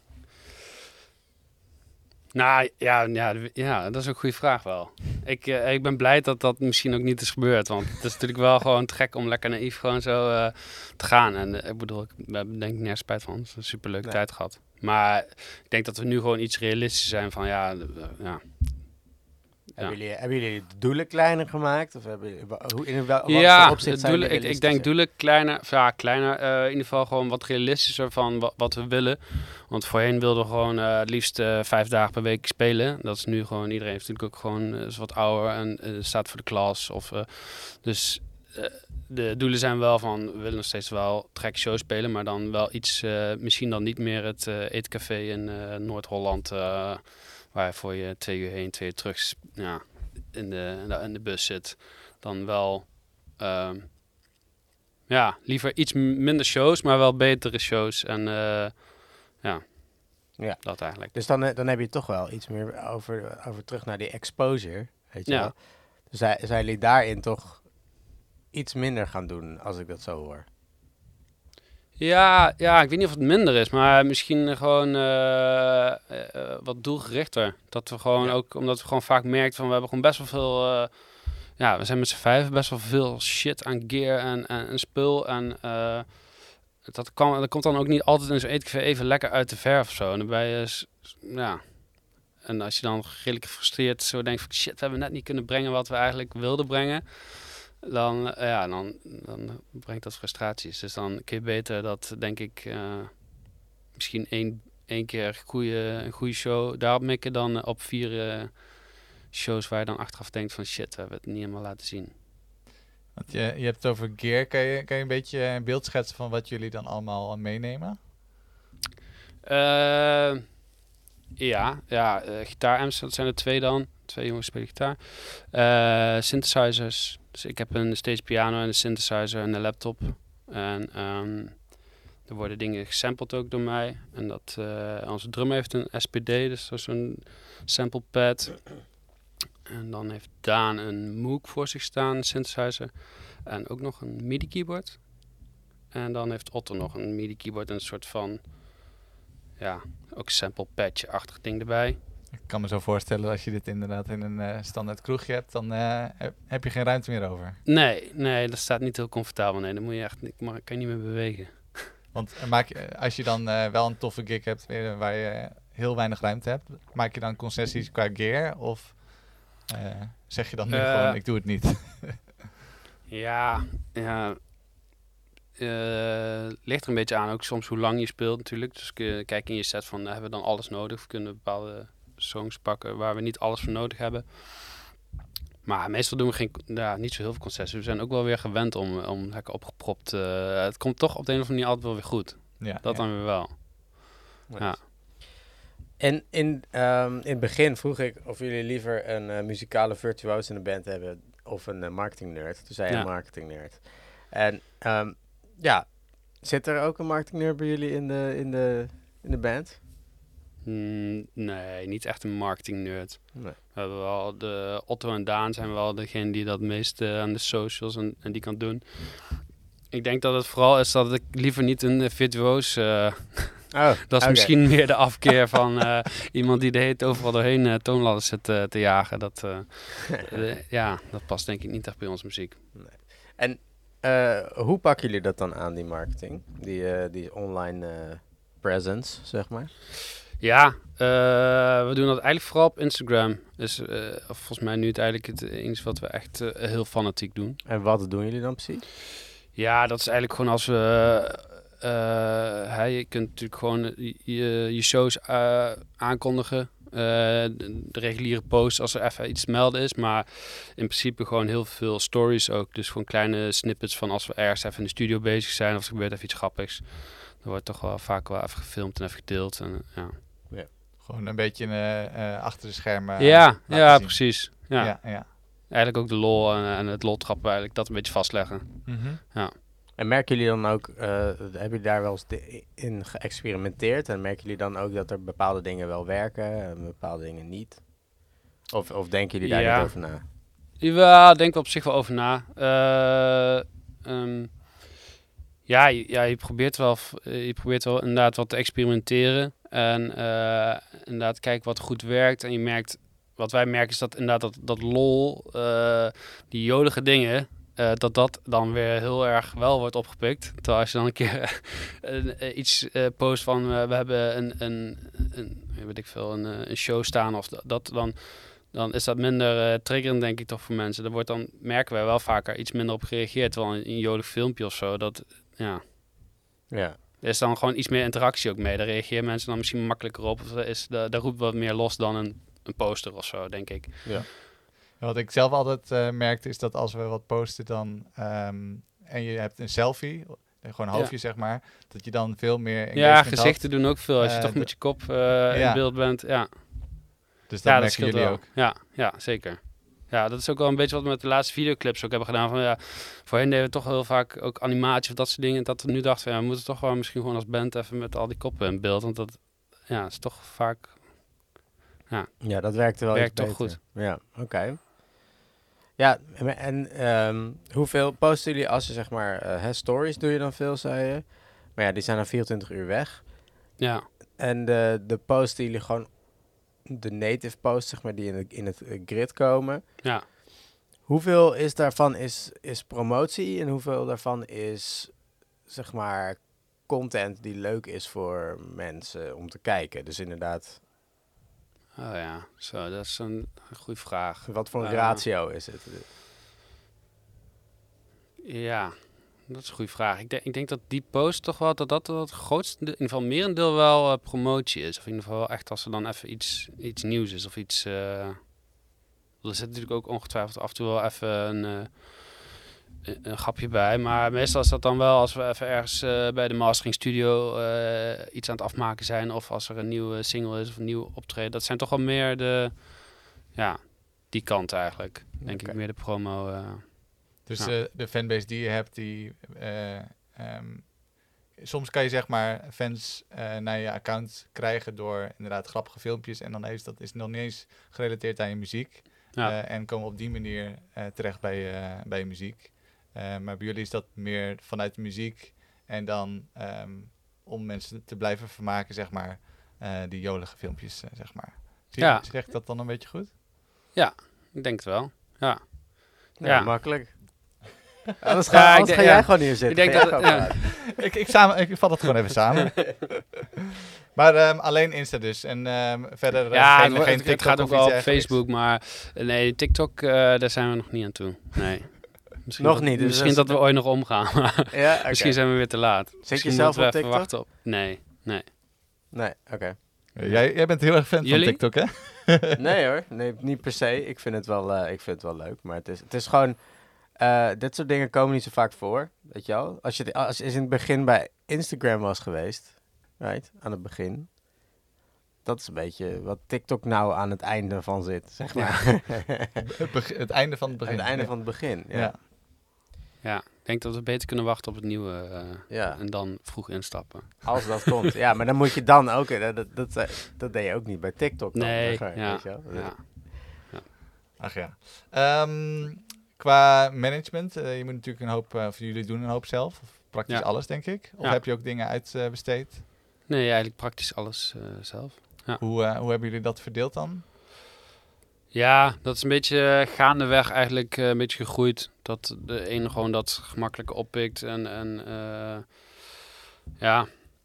Nou, ja, ja, ja, dat is een goede vraag wel. Ik, uh, ik ben blij dat dat misschien ook niet is gebeurd. Want het is natuurlijk wel gewoon te gek om lekker naïef gewoon zo uh, te gaan. En uh, ik bedoel, ik heb denk ik nergens spijt van. Het is een superleuke nee. tijd gehad. Maar ik denk dat we nu gewoon iets realistischer zijn van ja... Uh, ja. Hebben, ja. jullie, hebben jullie de doelen kleiner gemaakt? Of hebben jullie, hoe, in wel, ja, opzicht zijn doelen, ik, ik denk doelen kleiner, ja, kleiner uh, in ieder geval gewoon wat realistischer van wat, wat we willen. Want voorheen wilden we gewoon uh, het liefst uh, vijf dagen per week spelen. Dat is nu gewoon, iedereen heeft natuurlijk ook gewoon uh, is wat ouder en uh, staat voor de klas. Of, uh, dus uh, de doelen zijn wel van, we willen nog steeds wel track show spelen, maar dan wel iets, uh, misschien dan niet meer het uh, eetcafé in uh, Noord-Holland... Uh, waarvoor je twee uur heen, twee uur terug ja, in, de, in de bus zit. Dan wel, um, ja, liever iets minder shows, maar wel betere shows. En uh, ja, ja, dat eigenlijk. Dus dan, dan heb je toch wel iets meer over, over terug naar die exposure, weet je ja. wel. Dus zijn jullie daarin toch iets minder gaan doen, als ik dat zo hoor? Ja, ja, ik weet niet of het minder is, maar misschien gewoon uh, uh, wat doelgerichter. Dat we gewoon ja. ook, omdat we gewoon vaak merken van we hebben gewoon best wel veel, uh, ja, we zijn met z'n vijf best wel veel shit aan gear en, en, en spul. En uh, dat, kan, dat komt dan ook niet altijd in zo'n eetcafé even lekker uit de verf of zo. En dan ben je, ja, en als je dan redelijk gefrustreerd zo denkt van shit, we hebben net niet kunnen brengen wat we eigenlijk wilden brengen. Dan, uh, ja, dan, dan brengt dat frustraties. Dus dan kun je beter dat, denk ik, uh, misschien één, één keer goeie, een goede show daarop mikken dan uh, op vier uh, shows waar je dan achteraf denkt van shit, we hebben het niet helemaal laten zien. Want je, je hebt het over gear. Kan je, kan je een beetje een beeld schetsen van wat jullie dan allemaal meenemen? Uh, ja, ja uh, gitaar-amps, dat zijn er twee dan. Twee jongens spelen gitaar. Uh, synthesizers. Dus ik heb een stage piano en een synthesizer en een laptop. En um, er worden dingen gesampled ook door mij. En dat uh, onze drummer heeft een S P D, dus dat is zo'n sample pad. En dan heeft Daan een Moog voor zich staan, een synthesizer. En ook nog een MIDI keyboard. En dan heeft Otto nog een MIDI keyboard en een soort van, ja, ook sample patch-achtig ding erbij. Ik kan me zo voorstellen, als je dit inderdaad in een uh, standaard kroegje hebt, dan uh, heb je geen ruimte meer over. Nee, nee, dat staat niet heel comfortabel. Nee, dan moet je echt, ik mag, kan je niet meer bewegen. Want maak je, als je dan uh, wel een toffe gig hebt waar je heel weinig ruimte hebt, maak je dan concessies qua gear? Of uh, zeg je dan nu uh, gewoon, ik doe het niet? ja, ja. Uh, ligt er een beetje aan, ook soms hoe lang je speelt natuurlijk. Dus uh, kijk in je set van, uh, hebben we dan alles nodig? Of kunnen we bepaalde songs pakken waar we niet alles voor nodig hebben. Maar meestal doen we geen, ja, niet zo heel veel concessies. We zijn ook wel weer gewend om, om lekker opgepropt. Uh, het komt toch op de een of andere manier altijd wel weer goed. Ja, dat ja. dan weer wel. Nice. Ja. En in, um, in het begin vroeg ik of jullie liever een uh, muzikale virtuoos in de band hebben of een uh, marketing nerd. Toen zei je ja. een marketing nerd. En um, ja, zit er ook een marketing nerd bij jullie in de, in de, in de band? Mm, nee, niet echt een marketing nerd. Nee. We hebben wel de Otto en Daan zijn wel degene die dat meest uh, aan de socials en, en die kan doen. Ik denk dat het vooral is dat ik liever niet een uh, virtuoos... Uh, oh, dat is okay. Misschien meer de afkeer van uh, iemand die de heet overal doorheen uh, toonladders zit uh, te jagen. Dat, uh, uh, ja, dat past denk ik niet echt bij onze muziek. Nee. En uh, hoe pakken jullie dat dan aan, die marketing? Die, uh, die online uh, presence, zeg maar? Ja, uh, we doen dat eigenlijk vooral op Instagram. Dus uh, volgens mij nu het eigenlijk het enige wat we echt uh, heel fanatiek doen. En wat doen jullie dan precies? Ja, dat is eigenlijk gewoon als we... Uh, hey, je kunt natuurlijk gewoon je, je shows uh, aankondigen de, de reguliere posts als er even iets te melden is. Maar in principe gewoon heel veel stories ook. Dus gewoon kleine snippets van als we ergens even in de studio bezig zijn of er gebeurt even iets grappigs. Dan wordt toch wel vaak wel even gefilmd en even gedeeld. En, ja. Ja. Gewoon een beetje uh, uh, achter de schermen. Ja, ja zien. Precies. Ja. Ja, ja. Eigenlijk ook de lol en, en het loltrappen eigenlijk dat een beetje vastleggen. Mm-hmm. Ja. En merken jullie dan ook, uh, hebben jullie daar wel eens de, in geëxperimenteerd? En merken jullie dan ook dat er bepaalde dingen wel werken en bepaalde dingen niet? Of, of denken jullie daar ja. niet over na? Ja, denk er op zich wel over na. Uh, um, ja, je, ja, je probeert wel, je probeert wel inderdaad wat te experimenteren. En uh, inderdaad kijken wat goed werkt. En je merkt, wat wij merken is dat inderdaad dat, dat lol, uh, die jolige dingen... Uh, dat dat dan weer heel erg wel wordt opgepikt. Terwijl als je dan een keer uh, iets uh, post van... Uh, we hebben een, een, een, weet ik veel, een, een show staan of dat, dat dan... dan is dat minder uh, triggerend, denk ik, toch voor mensen. Er wordt dan, merken wij wel vaker, iets minder op gereageerd. Terwijl in een jolig filmpje of zo, dat, ja... Ja. Er is dan gewoon iets meer interactie ook mee. Daar reageren mensen dan misschien makkelijker op. Of is, daar, daar roept wat meer los dan een, een poster of zo, denk ik. Ja. Wat ik zelf altijd uh, merkte is dat als we wat posten dan um, en je hebt een selfie, gewoon een hoofdje ja. zeg maar, dat je dan veel meer ja, gezichten had. Doen ook veel als je uh, toch de, met je kop uh, ja. in beeld bent. Ja. Dus dat ja, merken dat jullie wel. ook? Ja, ja, zeker. Ja, dat is ook wel een beetje wat we met de laatste videoclips ook hebben gedaan. Van, ja, voorheen deden we toch heel vaak ook animatie of dat soort dingen. Dat we nu dachten, ja, we moeten toch wel misschien gewoon als band even met al die koppen in beeld. Want dat ja, is toch vaak... Ja, ja dat werkte wel werkt iets toch beter. goed. Ja, oké. Okay. Ja, en um, hoeveel posten jullie als je zeg maar uh, hè, stories doe je dan veel, zei je? Maar ja, die zijn dan vierentwintig uur weg. Ja. En de, de posten jullie gewoon, de native posts zeg maar, die in, de, in het uh, grid komen. Ja. Hoeveel is daarvan is, is promotie en hoeveel daarvan is zeg maar content die leuk is voor mensen om te kijken? Dus inderdaad... Oh ja, zo, dat is een goede vraag. Wat voor een uh, ratio is het? Ja, dat is een goede vraag. Ik, de, ik denk dat die post toch wel, dat dat het grootste, in ieder geval merendeel wel uh, promotie is. Of in ieder geval wel echt als er dan even iets, iets nieuws is of iets... Uh, er zit natuurlijk ook ongetwijfeld af en toe wel even een, uh, een, een grapje bij. Maar meestal is dat dan wel als we even ergens uh, bij de mastering studio uh, iets aan het afmaken zijn. Of als er een nieuwe single is of een nieuw optreden. Dat zijn toch wel meer de, ja, die kant eigenlijk. Denk okay. ik meer de promo. Uh, dus ja. uh, de fanbase die je hebt, die... Uh, um, soms kan je zeg maar fans uh, naar je account krijgen door inderdaad grappige filmpjes. En dan is dat is nog niet eens gerelateerd aan je muziek. Ja. Uh, en komen op die manier uh, terecht bij, uh, bij je muziek. Uh, maar bij jullie is dat meer vanuit de muziek. En dan um, om mensen te blijven vermaken, zeg maar. Uh, die jolige filmpjes, uh, zeg maar. Zie je, ja. Zeg ik dat dan een beetje goed? Ja, ik denk het wel. Ja, ja, ja. makkelijk. Anders ga, ja, anders de, ga ja. jij gewoon hier zitten. Ik, denk dat, ja. ik, ik, samen, ik vat het gewoon even samen. Maar um, alleen Insta dus. En um, verder ja, geen, het, geen het, TikTok het gaat ook wel wel op Facebook, maar nee, TikTok, uh, daar zijn we nog niet aan toe. Nee. Misschien nog dat, niet. Dus misschien dat we ooit nog omgaan. ja, okay. Misschien zijn we weer te laat. Zit je zelf op TikTok? Wachten op. Nee, nee. Nee, oké. Okay. Uh, jij, jij bent heel erg fan Jullie? van TikTok, hè? nee hoor, nee, niet per se. Ik vind het wel, uh, ik vind het wel leuk, maar het is, het is gewoon... Uh, dit soort dingen komen niet zo vaak voor, weet je wel. Als je, als je in het begin bij Instagram was geweest, right, aan het begin... Dat is een beetje wat TikTok nou aan het einde van zit, zeg maar. Ja. het, be- het einde van het begin. Het einde ja. van het begin, ja. ja. Ja, ik denk dat we beter kunnen wachten op het nieuwe uh, ja. en dan vroeg instappen. Als dat komt, ja. Maar dan moet je dan ook... Dat, dat, dat, dat deed je ook niet bij TikTok. Dan, nee, dan, ja. Weet je wel? ja. ja. Ach ja. Um, qua management, uh, je moet natuurlijk een hoop... Uh, of jullie doen een hoop zelf. Of praktisch ja. alles, denk ik. Of ja. heb je ook dingen uitbesteed? Uh, nee, eigenlijk praktisch alles uh, zelf. Ja. Hoe, uh, hoe hebben jullie dat verdeeld dan? Ja, dat is een beetje gaandeweg eigenlijk uh, een beetje gegroeid. Dat de ene gewoon dat gemakkelijker oppikt. En, en uh, ja.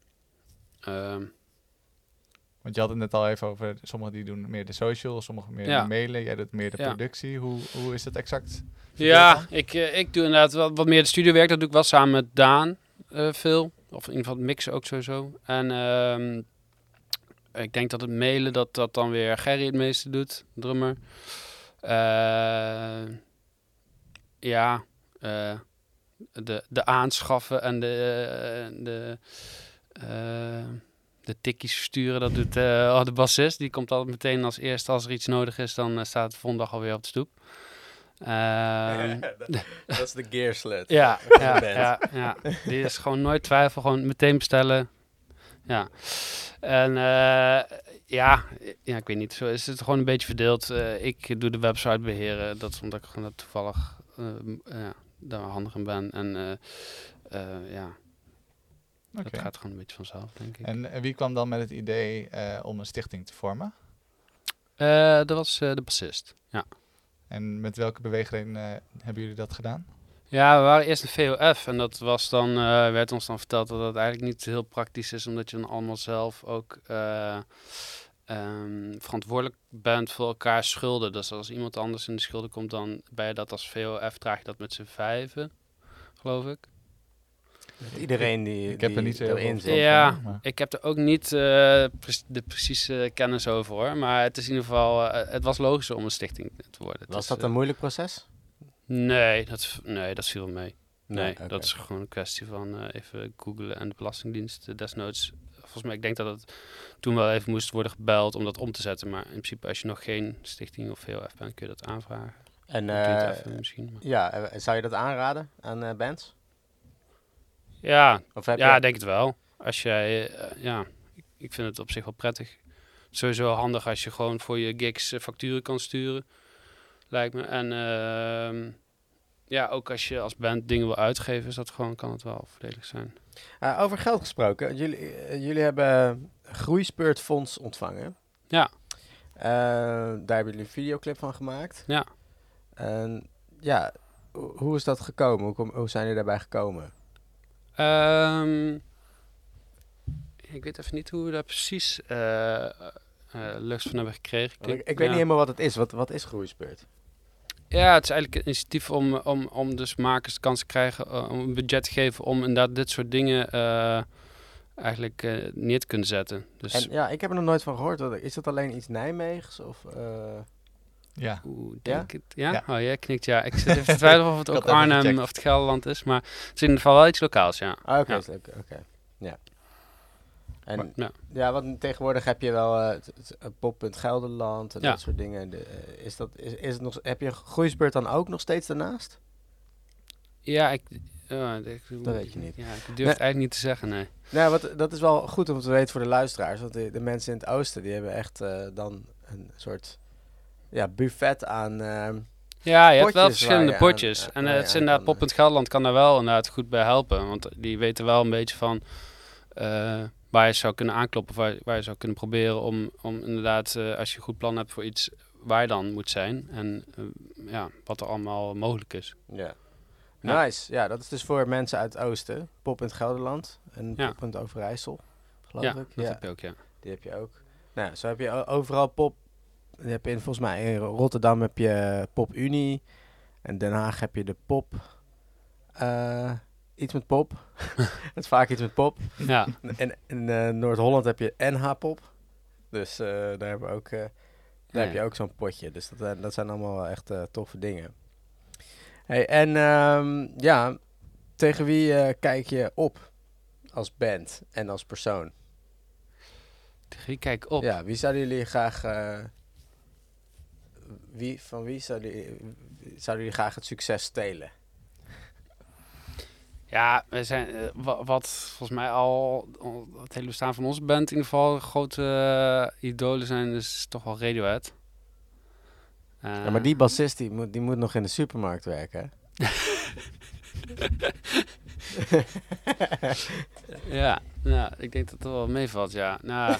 Uh, Want je had het net al even over, sommigen die doen meer de social, sommigen meer ja. de mailen. Jij doet meer de ja. productie. Hoe, hoe is dat exact? Ja, ik, uh, ik doe inderdaad wat, wat meer de studiowerk. Dat doe ik wel samen met Daan uh, veel. Of in ieder geval het mixen ook sowieso. En... Uh, ik denk dat het mailen, dat dat dan weer Gerry het meeste doet, drummer. Uh, ja, uh, de, de aanschaffen en de, uh, de, uh, de tikkies versturen, dat doet uh, oh, de bassist. Die komt altijd meteen als eerste als er iets nodig is, dan uh, staat het volgende dag alweer op de stoep. Uh, ja, dat, dat is de gearsled. ja, ja, ja, ja, die is gewoon nooit twijfel, gewoon meteen bestellen. Ja, en uh, ja, ja, ik weet niet, zo is het gewoon een beetje verdeeld. Uh, ik doe de website beheren, dat is omdat ik gewoon toevallig uh, uh, daar handig in ben. En uh, uh, ja, okay. Dat gaat gewoon een beetje vanzelf, denk ik. En, en wie kwam dan met het idee uh, om een stichting te vormen? Uh, dat was uh, de bassist, ja. En met welke beweegreden uh, hebben jullie dat gedaan? Ja, we waren eerst een V O F en dat was dan, uh, werd ons dan verteld dat dat eigenlijk niet heel praktisch is, omdat je dan allemaal zelf ook uh, um, verantwoordelijk bent voor elkaar schulden. Dus als iemand anders in de schulden komt, dan ben je dat als V O F, draag je dat met z'n vijven, geloof ik. Met iedereen die, ik heb die er niet zo in zit. Ja, maar. Ik heb er ook niet uh, pre- de precieze kennis over hoor, maar het is in ieder geval, uh, het was logischer om een stichting te worden. Was dus, dat een uh, moeilijk proces? Nee, dat, nee, dat viel mee. Nee, nee okay. Dat is gewoon een kwestie van uh, even googlen en de Belastingdienst uh, desnoods. Volgens mij, ik denk dat het toen wel even moest worden gebeld om dat om te zetten. Maar in principe, als je nog geen stichting of V O F bent, kun je dat aanvragen. En uh, even, misschien, maar. Ja, zou je dat aanraden aan uh, bands? Ja, of heb ja je... denk het wel. Als jij, uh, ja, ik, ik vind het op zich wel prettig. Sowieso handig als je gewoon voor je gigs uh, facturen kan sturen. Lijkt me. En uh, ja, ook als je als band dingen wil uitgeven, is dat gewoon, kan het wel voordelig zijn. Uh, over geld gesproken. Jullie, uh, jullie hebben Groeispeurtfonds ontvangen. Ja. Uh, daar hebben jullie een videoclip van gemaakt. Ja. En ja, ho- hoe is dat gekomen? Hoe, kom, hoe zijn jullie daarbij gekomen? Um, ik weet even niet hoe we daar precies uh, uh, lucht van hebben gekregen. Ik, ik, ik weet ja. niet helemaal wat het is. Wat, wat is Groeispeurt? Ja, het is eigenlijk een initiatief om, om, om dus makers de kans te krijgen uh, om een budget te geven om inderdaad dit soort dingen uh, eigenlijk uh, neer te kunnen zetten. Dus en ja, ik heb er nog nooit van gehoord. Is dat alleen iets Nijmeegs? Of, uh... Ja. Oeh, denk ja? Het, ja? Ja. Oh, jij knikt ja. Ik zit even te twijfelen of het ook Arnhem of het Gelderland is, maar het is in ieder geval wel iets lokaals, ja. Ah, oké, okay, ja. Oké. Okay. Ja. En maar, ja. ja, want tegenwoordig heb je wel uh, t- t- Pop Gelderland en ja. dat soort dingen. De, uh, is dat, is, is het nog, heb je Groeispeurt dan ook nog steeds daarnaast? Ja, ik, uh, ik dat weet je niet. Ja, ik durf nee. het eigenlijk niet te zeggen, nee. Nou, wat, dat is wel goed om te weten voor de luisteraars. Want de, de mensen in het oosten, die hebben echt uh, dan een soort ja, buffet aan uh, ja, je hebt wel verschillende potjes. Aan, en uh, het is inderdaad, Pop Gelderland kan daar wel inderdaad goed bij helpen. Want die weten wel een beetje van uh, waar je zou kunnen aankloppen. Of waar, waar je zou kunnen proberen om, om inderdaad, uh, als je een goed plan hebt voor iets, waar je dan moet zijn. En uh, ja, wat er allemaal mogelijk is. Ja. Ja. Nice. Ja, dat is dus voor mensen uit het oosten. Pop in het Gelderland en ja. Pop in het Overijssel, geloof ja, ik. dat ja, heb je ook, ja. Die heb je ook. Nou, zo heb je overal pop. Die heb je in, volgens mij in Rotterdam heb je Pop Unie. En Den Haag heb je de Pop. Uh, iets met pop. Het is vaak iets met pop. Ja. En in uh, Noord-Holland heb je N H Pop. Dus uh, daar hebben we ook, uh, daar ja, heb je ook zo'n potje. Dus dat, uh, dat zijn allemaal wel echt uh, toffe dingen. Hey, en um, ja, tegen wie uh, kijk je op als band en als persoon? Tegen wie kijk ik op? Ja, wie zouden jullie graag... Uh, wie, van wie zouden, zouden jullie graag het succes stelen? Ja, we zijn, uh, wat, wat volgens mij al, al het hele bestaan van onze band in ieder geval grote uh, idolen zijn, dus toch wel Radiohead. Uh, ja, maar die bassist die moet, die moet nog in de supermarkt werken, hè? ja, nou, ik denk dat het wel meevalt, ja. Nou,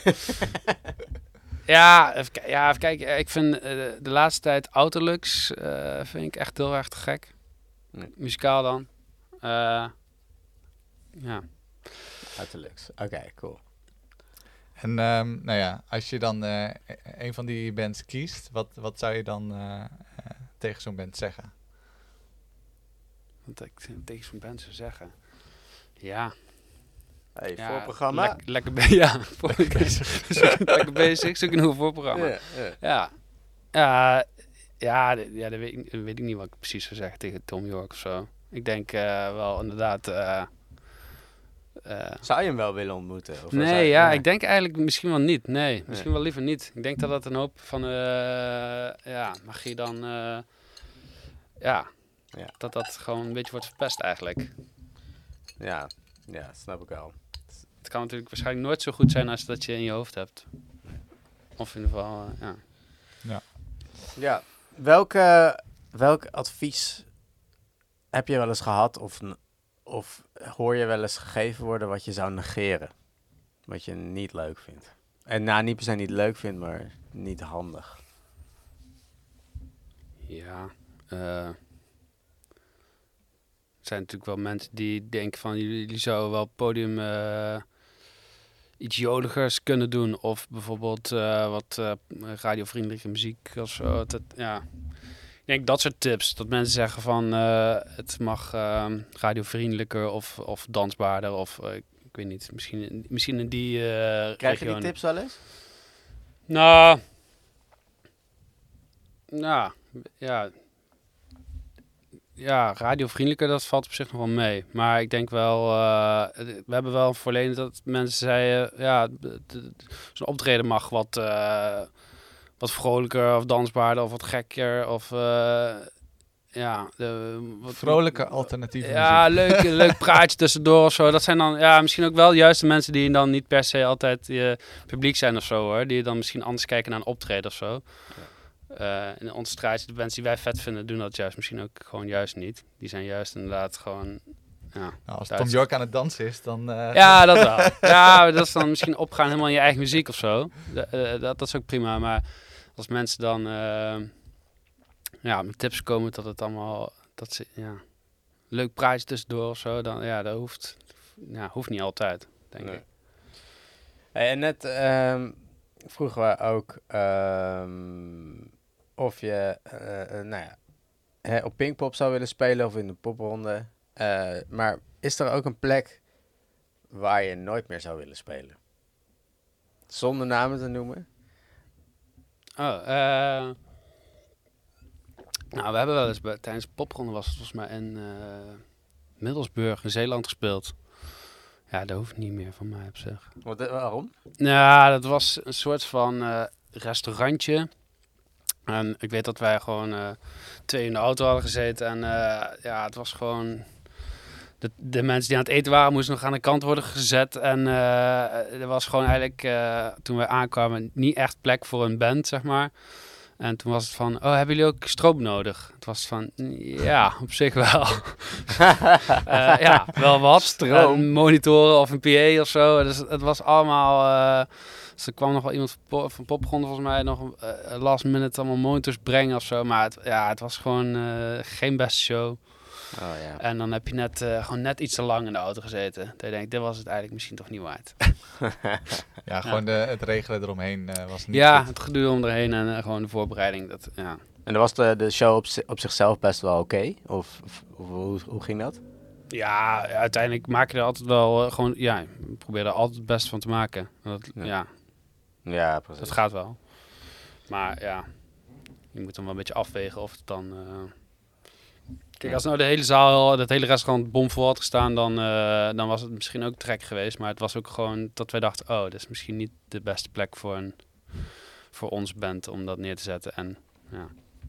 ja, even, ja, even kijken. Ik vind uh, de laatste tijd Autolux uh, vind ik echt heel erg te gek. Nee. Muzikaal dan. Uh, ja. Autolux, oké, okay, cool. En um, nou ja, als je dan uh, een van die bands kiest, wat, wat zou je dan uh, uh, tegen zo'n band zeggen? Wat ik tegen zo'n band zou zeggen? Ja, Hey, Ja, voorprogramma. lek- lekker bezig. Ja, voor- zoek- lekker bezig. Zoek een nieuw voorprogramma. Ja, ja. Ja. Ja, ja, d- ja dat, weet ik, dat weet ik niet wat ik precies zou zeggen tegen Tom York of zo. Ik denk eh, wel inderdaad... eh, eh, Zou je hem wel willen ontmoeten? Of zou nee, je- ja, nee. ik denk eigenlijk misschien wel niet. Nee, misschien Nee. wel liever niet. Ik denk dat dat een hoop van... eh ja, magie dan... eh, ja, Ja. dat dat gewoon een beetje wordt verpest eigenlijk. Ja, ja, snap ik wel. Het kan natuurlijk waarschijnlijk nooit zo goed zijn als dat je in je hoofd hebt. Of in ieder geval, eh, ja. Ja, welke, welk advies heb je wel eens gehad of, n- of hoor je wel eens gegeven worden wat je zou negeren? Wat je niet leuk vindt? En nou, niet per se niet leuk vindt, maar niet handig. Ja, eh, er zijn natuurlijk wel mensen die denken van jullie, jullie zouden wel op het podium eh, iets joligers kunnen doen. Of bijvoorbeeld eh, wat eh, radiovriendelijke muziek of zo. Dat, ja. Ik denk dat soort tips. Dat mensen zeggen van eh, het mag eh, radiovriendelijker of, of dansbaarder. Of eh, ik weet niet, misschien, misschien in die eh Krijg je die regionen. tips wel eens? Nou, nou, ja, ja, radiovriendelijker, dat valt op zich nog wel mee. Maar ik denk wel, eh, we hebben wel een verleden dat mensen zeiden, ja, d- d- zo'n optreden mag wat, eh, wat vrolijker of dansbaarder of wat gekker of, eh, ja, de, wat, Vrolijke alternatieve ja, muziek. leuk, leuk praatje tussendoor of zo. Dat zijn dan ja, misschien ook wel juist de mensen die dan niet per se altijd je publiek zijn of zo hoor. Die dan misschien anders kijken naar een optreden of zo. Uh, in onze straatje, de mensen die wij vet vinden, doen dat juist misschien ook gewoon juist niet. Die zijn juist inderdaad gewoon... Ja, Nou, als Duits. Tom York aan het dansen is, dan... eh, ja dat wel. Ja, dat is dan misschien opgaan helemaal in je eigen muziek of zo. De- eh, dat, dat is ook prima, maar als mensen dan uh, ja, met tips komen dat het allemaal... Dat ze, ja, leuk praatje tussendoor of zo, dan ja, dat hoeft, ja, hoeft niet altijd, denk Nee. ik. Hey, en net ehm, vroegen we ook ehm, of je eh, eh, nou ja, hè, op Pinkpop zou willen spelen of in de popronde. Eh, maar is er ook een plek waar je nooit meer zou willen spelen? Zonder namen te noemen. Oh, eh... Nou, we hebben wel eens bij, tijdens de popronde was het volgens mij in uh, Middelsburg in Zeeland gespeeld. Ja, dat hoeft niet meer van mij op zich. Wat, eh, waarom? Nou, dat was een soort van uh, restaurantje. En ik weet dat wij gewoon uh, twee in de auto hadden gezeten. En uh, ja, het was gewoon... De, de mensen die aan het eten waren moesten nog aan de kant worden gezet. En uh, er was gewoon eigenlijk, uh, toen wij aankwamen, niet echt plek voor een band, zeg maar. En toen was het van, oh, hebben jullie ook stroom nodig? Het was van, ja, op zich wel. uh, ja, wel wat. Stroom. Uh, monitoren of een P A of zo. Dus het was allemaal... Uh, dus er kwam nog wel iemand van, van Popronde volgens mij nog uh, last minute allemaal monitors brengen of zo. Maar het, ja, het was gewoon uh, geen beste show. Oh, ja. En dan heb je net, uh, gewoon net iets te lang in de auto gezeten. Dat je denkt, dit was het eigenlijk misschien toch niet waard. ja, gewoon ja. De, het regelen eromheen uh, was niet Ja, goed. het geduur om erheen en uh, gewoon de voorbereiding. Dat, ja. En dan was de, de show op, zi- op zichzelf best wel oké? Okay? Of, of, of hoe, hoe ging dat? Ja, uiteindelijk maak je er altijd wel uh, gewoon... Ja, ik probeer er altijd het beste van te maken. Dat, Ja. ja. Ja, precies. Dat gaat wel. Maar ja, je moet dan wel een beetje afwegen of het dan... Uh... Kijk, als nou de hele zaal, dat hele restaurant bomvol had gestaan, dan, uh, dan was het misschien ook trek geweest. Maar het was ook gewoon dat wij dachten, oh, dit is misschien niet de beste plek voor, een, voor ons band om dat neer te zetten. En ja.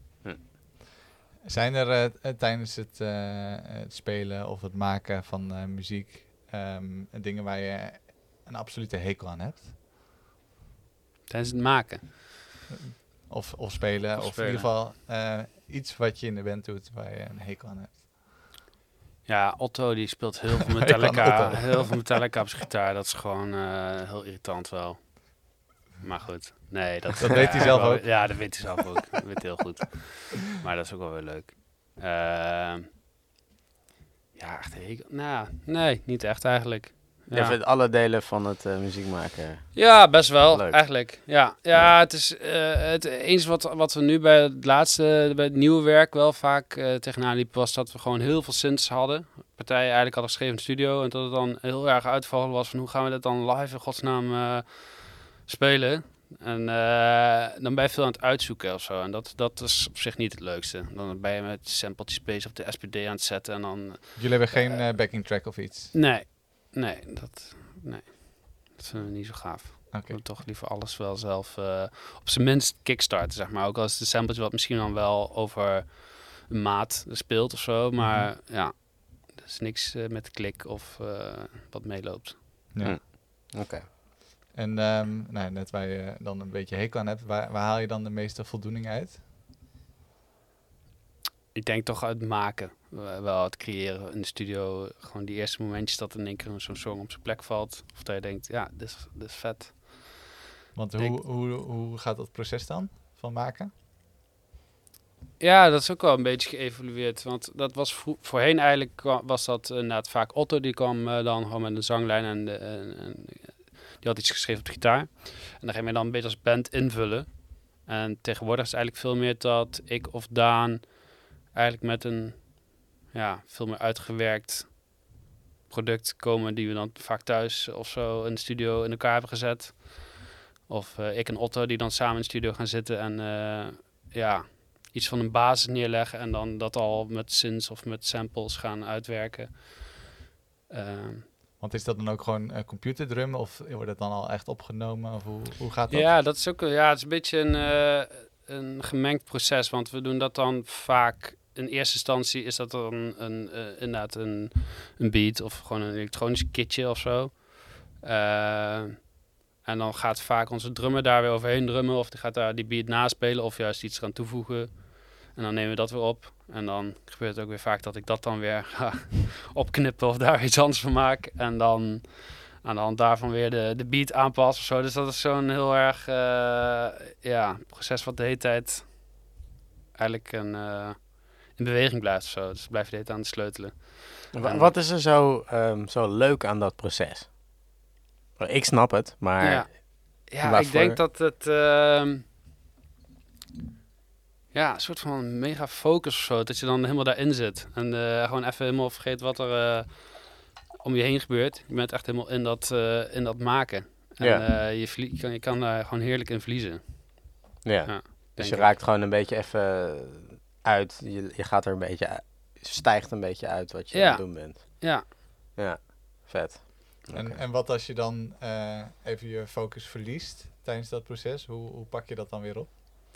Zijn er uh, tijdens het, uh, het spelen of het maken van uh, muziek um, dingen waar je een absolute hekel aan hebt? Tijdens het maken? Of, of spelen, of, of spelen. In ieder geval uh, iets wat je in de band doet waar je een hekel aan hebt. Ja, Otto die speelt heel veel Metallica, heel veel Metallica op zijn gitaar. Dat is gewoon uh, heel irritant wel. Maar goed, nee. Dat, dat weet hij zelf wel, ook. Ja, dat weet hij zelf ook. Dat weet hij heel goed. Maar dat is ook wel weer leuk. Uh, ja, echt hekel. Nou, nee, niet echt eigenlijk. Je Ja. vindt alle delen van het uh, muziek maken. Ja, best wel, Leuk. eigenlijk. Ja, ja, het is uh, het eens wat, wat we nu bij het laatste, bij het nieuwe werk wel vaak uh, tegenaan liepen, was dat we gewoon heel veel synths hadden. Partijen eigenlijk hadden geschreven in de studio en dat het dan heel erg uitvallen was van hoe gaan we dit dan live in godsnaam uh, spelen. En uh, dan ben je veel aan het uitzoeken of zo. En dat, dat is op zich niet het leukste. Dan ben je met sampletjes bezig op de S P D aan het zetten en dan... Jullie hebben geen uh, backing track of iets? Nee, nee, dat, nee. dat vinden we niet zo gaaf. Okay. Ik wil toch liever alles wel zelf uh, op zijn minst kickstarten, zeg maar. Ook als de sampletje wat misschien dan wel over een maat speelt of zo. Maar mm-hmm. ja, er is niks uh, met klik of uh, wat meeloopt. Ja. Mm. Oké. Okay. En um, nou, net waar je dan een beetje hekel aan hebt, waar, waar haal je dan de meeste voldoening uit? Ik denk toch uit maken. Wel het creëren in de studio. Gewoon die eerste momentjes dat in één keer zo'n song op zijn plek valt. Of dat je denkt, ja, dit is, dit is vet. Want hoe, denk, hoe, hoe gaat dat proces dan, van maken? Ja, dat is ook wel een beetje geëvolueerd. Want dat was vro- voorheen eigenlijk was dat inderdaad vaak Otto. Die kwam uh, dan gewoon met een zanglijn en, de, en, en die had iets geschreven op de gitaar. En dan ging je dan een beetje als band invullen. En tegenwoordig is het eigenlijk veel meer dat ik of Daan eigenlijk met een ja, veel meer uitgewerkt product komen die we dan vaak thuis of zo in de studio in elkaar hebben gezet. Of uh, ik en Otto die dan samen in de studio gaan zitten en uh, ja, iets van een basis neerleggen en dan dat al met synths of met samples gaan uitwerken. Uh, Want is dat dan ook gewoon uh, computerdrum of wordt het dan al echt opgenomen? Of hoe, hoe gaat dat? Ja, dat is ook ja, het is een beetje een, uh, een gemengd proces, want we doen dat dan vaak. In eerste instantie is dat dan een, een, uh, inderdaad een, een beat of gewoon een elektronisch kitje of zo. Uh, en dan gaat vaak onze drummer daar weer overheen drummen of die gaat daar die beat naspelen of juist iets gaan toevoegen. En dan nemen we dat weer op. En dan gebeurt het ook weer vaak dat ik dat dan weer ga opknippen of daar iets anders van maak. En dan aan de hand daarvan weer de, de beat aanpassen of zo. Dus dat is zo'n heel erg uh, ja, proces wat de hele tijd eigenlijk een... Uh, in beweging blijft of zo. Dus blijf je de hele tijd aan het sleutelen. W- wat is er zo, um, zo leuk aan dat proces? Ik snap het, maar... Ja, ja ik denk dat het... Uh, ja, een soort van mega focus of zo. Dat je dan helemaal daarin zit. En uh, gewoon even helemaal vergeet wat er uh, om je heen gebeurt. Je bent echt helemaal in dat, uh, in dat maken. En ja. uh, je, vlie- je kan, je kan daar gewoon heerlijk in verliezen. Ja, ja dus je ik. raakt gewoon een beetje even... uit, je, je gaat er een beetje uit, stijgt een beetje uit wat je ja. aan het doen bent. Ja. Ja, vet. En, okay. en wat als je dan uh, even je focus verliest tijdens dat proces? Hoe, hoe pak je dat dan weer op?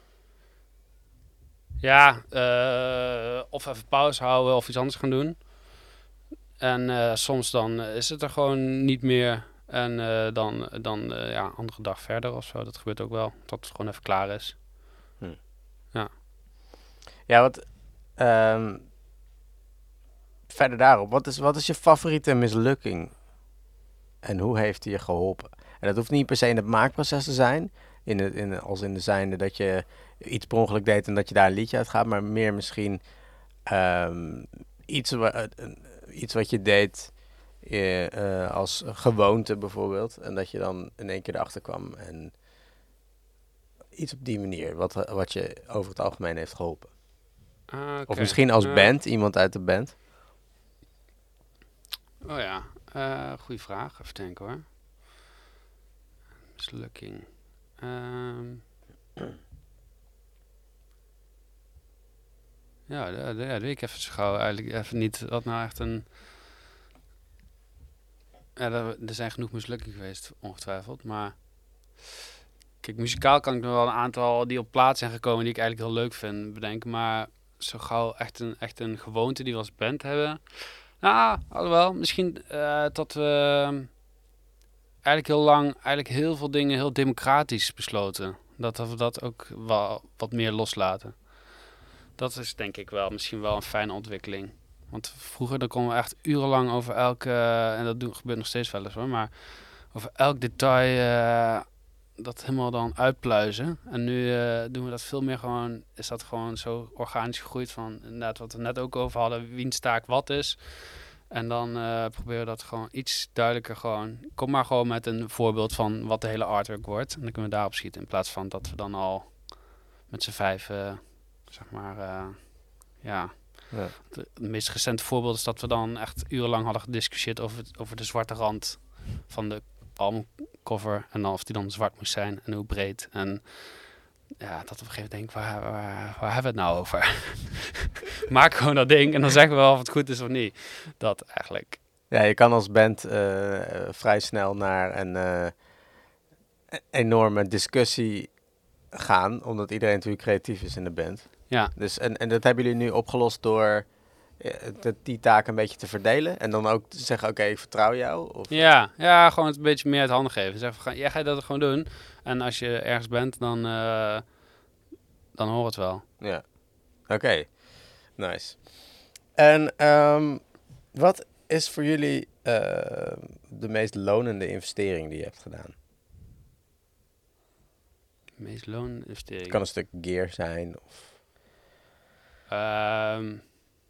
Ja, uh, of even pauze houden of iets anders gaan doen. En uh, soms dan uh, is het er gewoon niet meer. En uh, dan, dan uh, ja, andere dag verder of zo. Dat gebeurt ook wel. Dat het gewoon even klaar is. Hm. Ja. Ja, wat... Um, verder daarop. Wat is, wat is je favoriete mislukking? En hoe heeft die je geholpen? En dat hoeft niet per se in het maakproces te zijn. In het, in, als in de zijnde dat je iets per ongeluk deed en dat je daar een liedje uit gaat. Maar meer misschien um, iets, wa- uh, iets wat je deed uh, uh, als gewoonte bijvoorbeeld. En dat je dan in één keer erachter kwam. En iets op die manier. Wat, wat je over het algemeen heeft geholpen. Ah, okay. Of misschien als band, uh, iemand uit de band. Oh ja, uh, goeie vraag. Even denken hoor. Mislukking. Um, ja, dat, dat weet ik even zo gauw eigenlijk even niet. Wat nou echt een... Ja, er, er zijn genoeg mislukkingen geweest, ongetwijfeld. Maar kijk, muzikaal kan ik nog wel een aantal die op plaats zijn gekomen die ik eigenlijk heel leuk vind bedenken. Maar zo gauw echt een, echt een gewoonte die we als band hebben. Nou, alhoewel, misschien uh, dat we uh, eigenlijk heel lang, eigenlijk heel veel dingen heel democratisch besloten. Dat we dat ook wel wat meer loslaten. Dat is denk ik wel misschien wel een fijne ontwikkeling. Want vroeger dan konden we echt urenlang over elke, uh, en dat doen, gebeurt nog steeds wel eens hoor, maar over elk detail uh, dat helemaal dan uitpluizen. En nu uh, doen we dat veel meer gewoon, is dat gewoon zo organisch gegroeid van inderdaad wat we net ook over hadden, wiens taak wat is. En dan uh, proberen we dat gewoon iets duidelijker gewoon... Kom maar gewoon met een voorbeeld van wat de hele artwork wordt. En dan kunnen we daarop schieten. In plaats van dat we dan al met z'n vijf, uh, zeg maar... Uh, ja... Ja. Het meest recente voorbeeld is dat we dan echt urenlang hadden gediscussieerd over, het, over de zwarte rand van de albumcover. En dan of die dan zwart moest zijn en hoe breed. En ja, dat op een gegeven moment denk ik, waar, waar, waar hebben we het nou over? Maak gewoon dat ding en dan zeggen we wel of het goed is of niet. Dat eigenlijk. Ja, je kan als band uh, vrij snel naar een uh, enorme discussie gaan, omdat iedereen natuurlijk creatief is in de band. Ja. Dus, en, en dat hebben jullie nu opgelost door uh, de, die taak een beetje te verdelen en dan ook te zeggen, oké, okay, ik vertrouw jou? Of? Ja, ja, gewoon het een beetje meer uit handen geven. Zeg, ga, jij gaat dat gewoon doen en als je ergens bent, dan, uh, dan hoor het wel. Ja, oké. Okay. Nice. En um, wat is voor jullie uh, de meest lonende investering die je hebt gedaan? De meest lonende investering? Het kan een stuk gear zijn of... Um,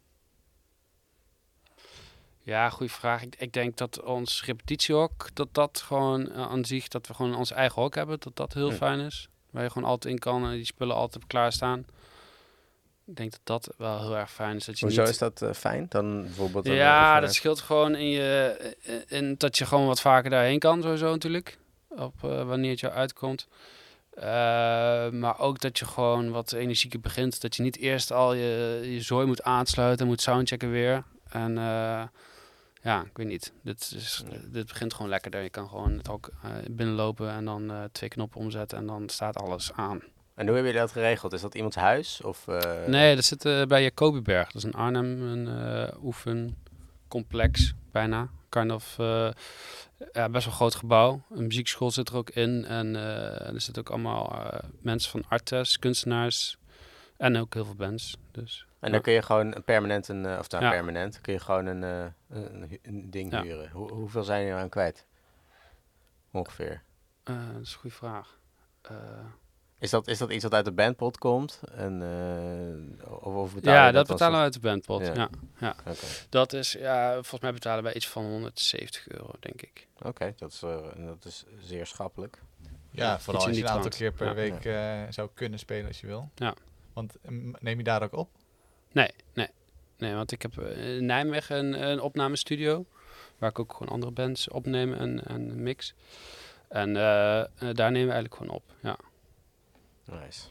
ja, goede vraag. Ik, ik denk dat ons repetitiehok, dat dat gewoon uh, aan zich, dat we gewoon ons eigen hok hebben, dat dat heel hm. fijn is. Waar je gewoon altijd in kan en die spullen altijd klaarstaan. Ik denk dat dat wel heel erg fijn is. Dat je Hoezo niet... is dat uh, fijn? Dan bijvoorbeeld... Ja, een dat scheelt gewoon in je... In dat je gewoon wat vaker daarheen kan, sowieso natuurlijk. Op uh, wanneer het jou uitkomt. Uh, maar ook dat je gewoon wat energieker begint. Dat je niet eerst al je, je zooi moet aansluiten, moet soundchecken weer. En uh, ja, ik weet niet. Dit, is, ja. dit begint gewoon lekkerder. Je kan gewoon het hok uh, binnenlopen en dan uh, twee knoppen omzetten en dan staat alles aan. En hoe hebben jullie dat geregeld? Is dat iemands huis? Of, uh... Nee, dat zit uh, bij Jacobiberg. Dat is in Arnhem een uh, oefencomplex, bijna. Kind of, uh, ja, best wel groot gebouw. Een muziekschool zit er ook in. En uh, er zitten ook allemaal uh, mensen van artes, kunstenaars en ook heel veel bands. Dus, en dan ja. kun je gewoon een permanent, een, uh, of dan ja. permanent, kun je gewoon een, uh, een, een ding ja. huren. Hoe, hoeveel zijn je nou aan kwijt? Ongeveer. Uh, dat is een goede vraag. Uh, Is dat, is dat iets wat uit de bandpot komt? En, uh, of, of betalen ja, dat, dat betalen zo... we uit de bandpot. Ja. Ja, ja. Okay. Dat is, ja, volgens mij betalen wij iets van honderdzeventig euro, denk ik. Oké, okay, dat, is, uh, dat is zeer schappelijk. Ja, ja vooral als je een aantal keer per ja. week uh, zou kunnen spelen als je wil. Ja. Want um, neem je daar ook op? Nee, nee. Nee, want ik heb in Nijmegen een, een opnamestudio, waar ik ook gewoon andere bands opneem en, en mix. En uh, uh, daar nemen we eigenlijk gewoon op, ja. Nice.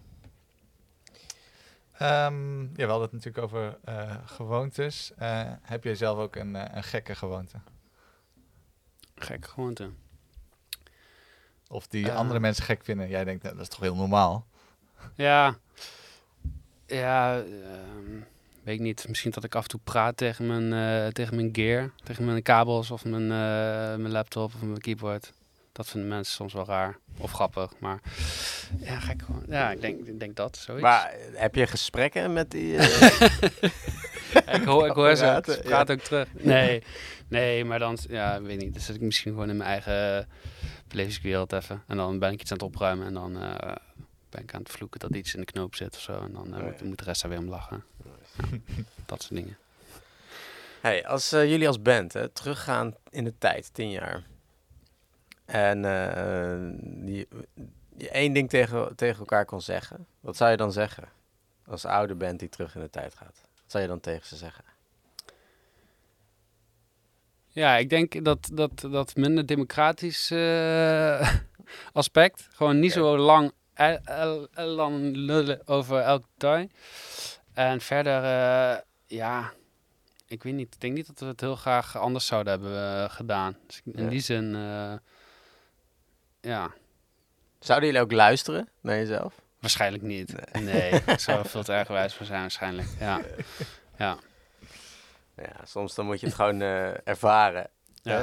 Um, ja, we hadden het natuurlijk over uh, gewoontes. Uh, heb jij zelf ook een, uh, een gekke gewoonte? Gekke gewoonte? Of die uh, andere mensen gek vinden. Jij denkt, nou, dat is toch heel normaal? Ja. Ja, um, weet ik niet. Misschien dat ik af en toe praat tegen mijn, uh, tegen mijn gear. Tegen mijn kabels of mijn, uh, mijn laptop of mijn keyboard. Dat vinden mensen soms wel raar of grappig, maar ja, gek gewoon. Ja, ik denk, ik denk dat, zoiets. Maar heb je gesprekken met die... Uh... ik hoor, ik hoor ze, ze praten ja. ook terug. Nee, nee, maar dan, ja, weet niet. Dan zit ik misschien gewoon in mijn eigen belevingswereld even. En dan ben ik iets aan het opruimen en dan uh, ben ik aan het vloeken dat iets in de knoop zit of zo. En dan uh, oh, ja. moet, moet de rest daar weer om lachen. Ja, dat soort dingen. Hey, als uh, jullie als band hè, teruggaan in de tijd, tien jaar... En uh, die, die één ding tegen, tegen elkaar kon zeggen. Wat zou je dan zeggen? Als oude band die terug in de tijd gaat. Wat zou je dan tegen ze zeggen? Ja, ik denk dat dat, dat minder democratisch uh, aspect. Gewoon niet okay. zo lang, el, el, el, lang lullen over elk detail. En verder, uh, ja, ik weet niet. Ik denk niet dat we het heel graag anders zouden hebben uh, gedaan. Dus in ja. die zin... Uh, Ja. Zouden jullie ook luisteren naar jezelf? Waarschijnlijk niet. Nee, nee ik zou er veel te erg wijs voor zijn waarschijnlijk. Ja. Ja. Ja, soms dan moet je het gewoon uh, ervaren. Ja.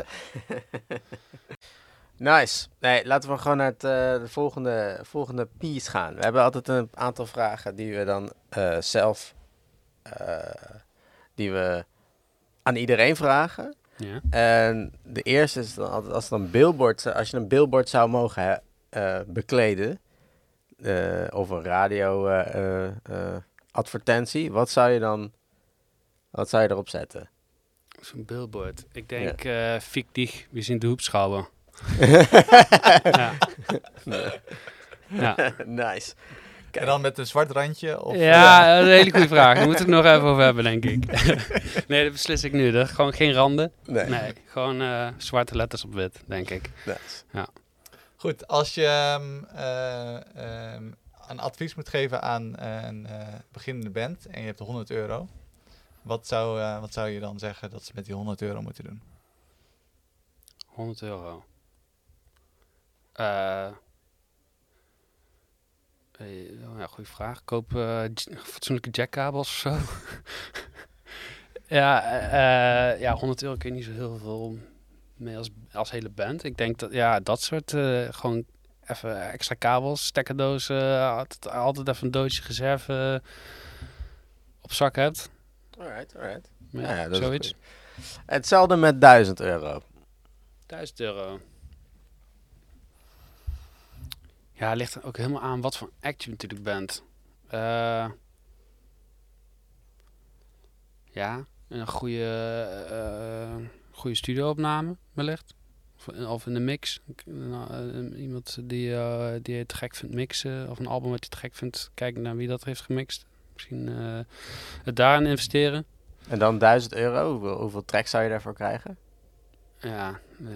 Nice. Nee, laten we gewoon naar het uh, de volgende, volgende piece gaan. We hebben altijd een aantal vragen die we dan uh, zelf uh, die we aan iedereen vragen. Ja. En de eerste is dan altijd als, dan billboard, als je een billboard zou mogen uh, bekleden, uh, of een radio uh, uh, uh, advertentie, wat zou je dan, wat zou je erop zetten? Zo'n billboard. Ik denk ja. uh, Fick dich, we zien de Hubschrauber. ja. ja. Nice. Kijk. En dan met een zwart randje? Of, ja, uh, dat is een hele goede vraag. Daar moeten we het nog even over hebben, denk ik. nee, dat beslis ik nu. Dat gewoon geen randen. Nee. nee gewoon uh, zwarte letters op wit, denk ik. Nice. Ja. Goed, als je um, uh, um, een advies moet geven aan uh, een uh, beginnende band en je hebt honderd euro, wat zou, uh, wat zou je dan zeggen dat ze met die honderd euro moeten doen? honderd euro. Uh, ja, goede vraag. Koop uh, j- fatsoenlijke jackkabels of zo. ja, uh, ja, honderd euro kun je niet zo heel veel mee als, als hele band. Ik denk dat, ja, dat soort, uh, gewoon even extra kabels, stekkerdozen, uh, altijd, altijd even een doosje reserve uh, op zak hebt. Alright, alright. Ja, ja, ja, dat zoiets. Is hetzelfde met duizend euro. duizend euro. Ja, het ligt er ook helemaal aan wat voor act je natuurlijk bent. Uh, ja, een goede, uh, goede studio-opname wellicht. Of, of in de mix. Uh, iemand die, uh, die het gek vindt mixen, of een album wat je het gek vindt, kijk naar wie dat heeft gemixt. Misschien uh, het daarin investeren. En dan duizend euro, hoeveel, hoeveel tracks zou je daarvoor krijgen? Ja, uh,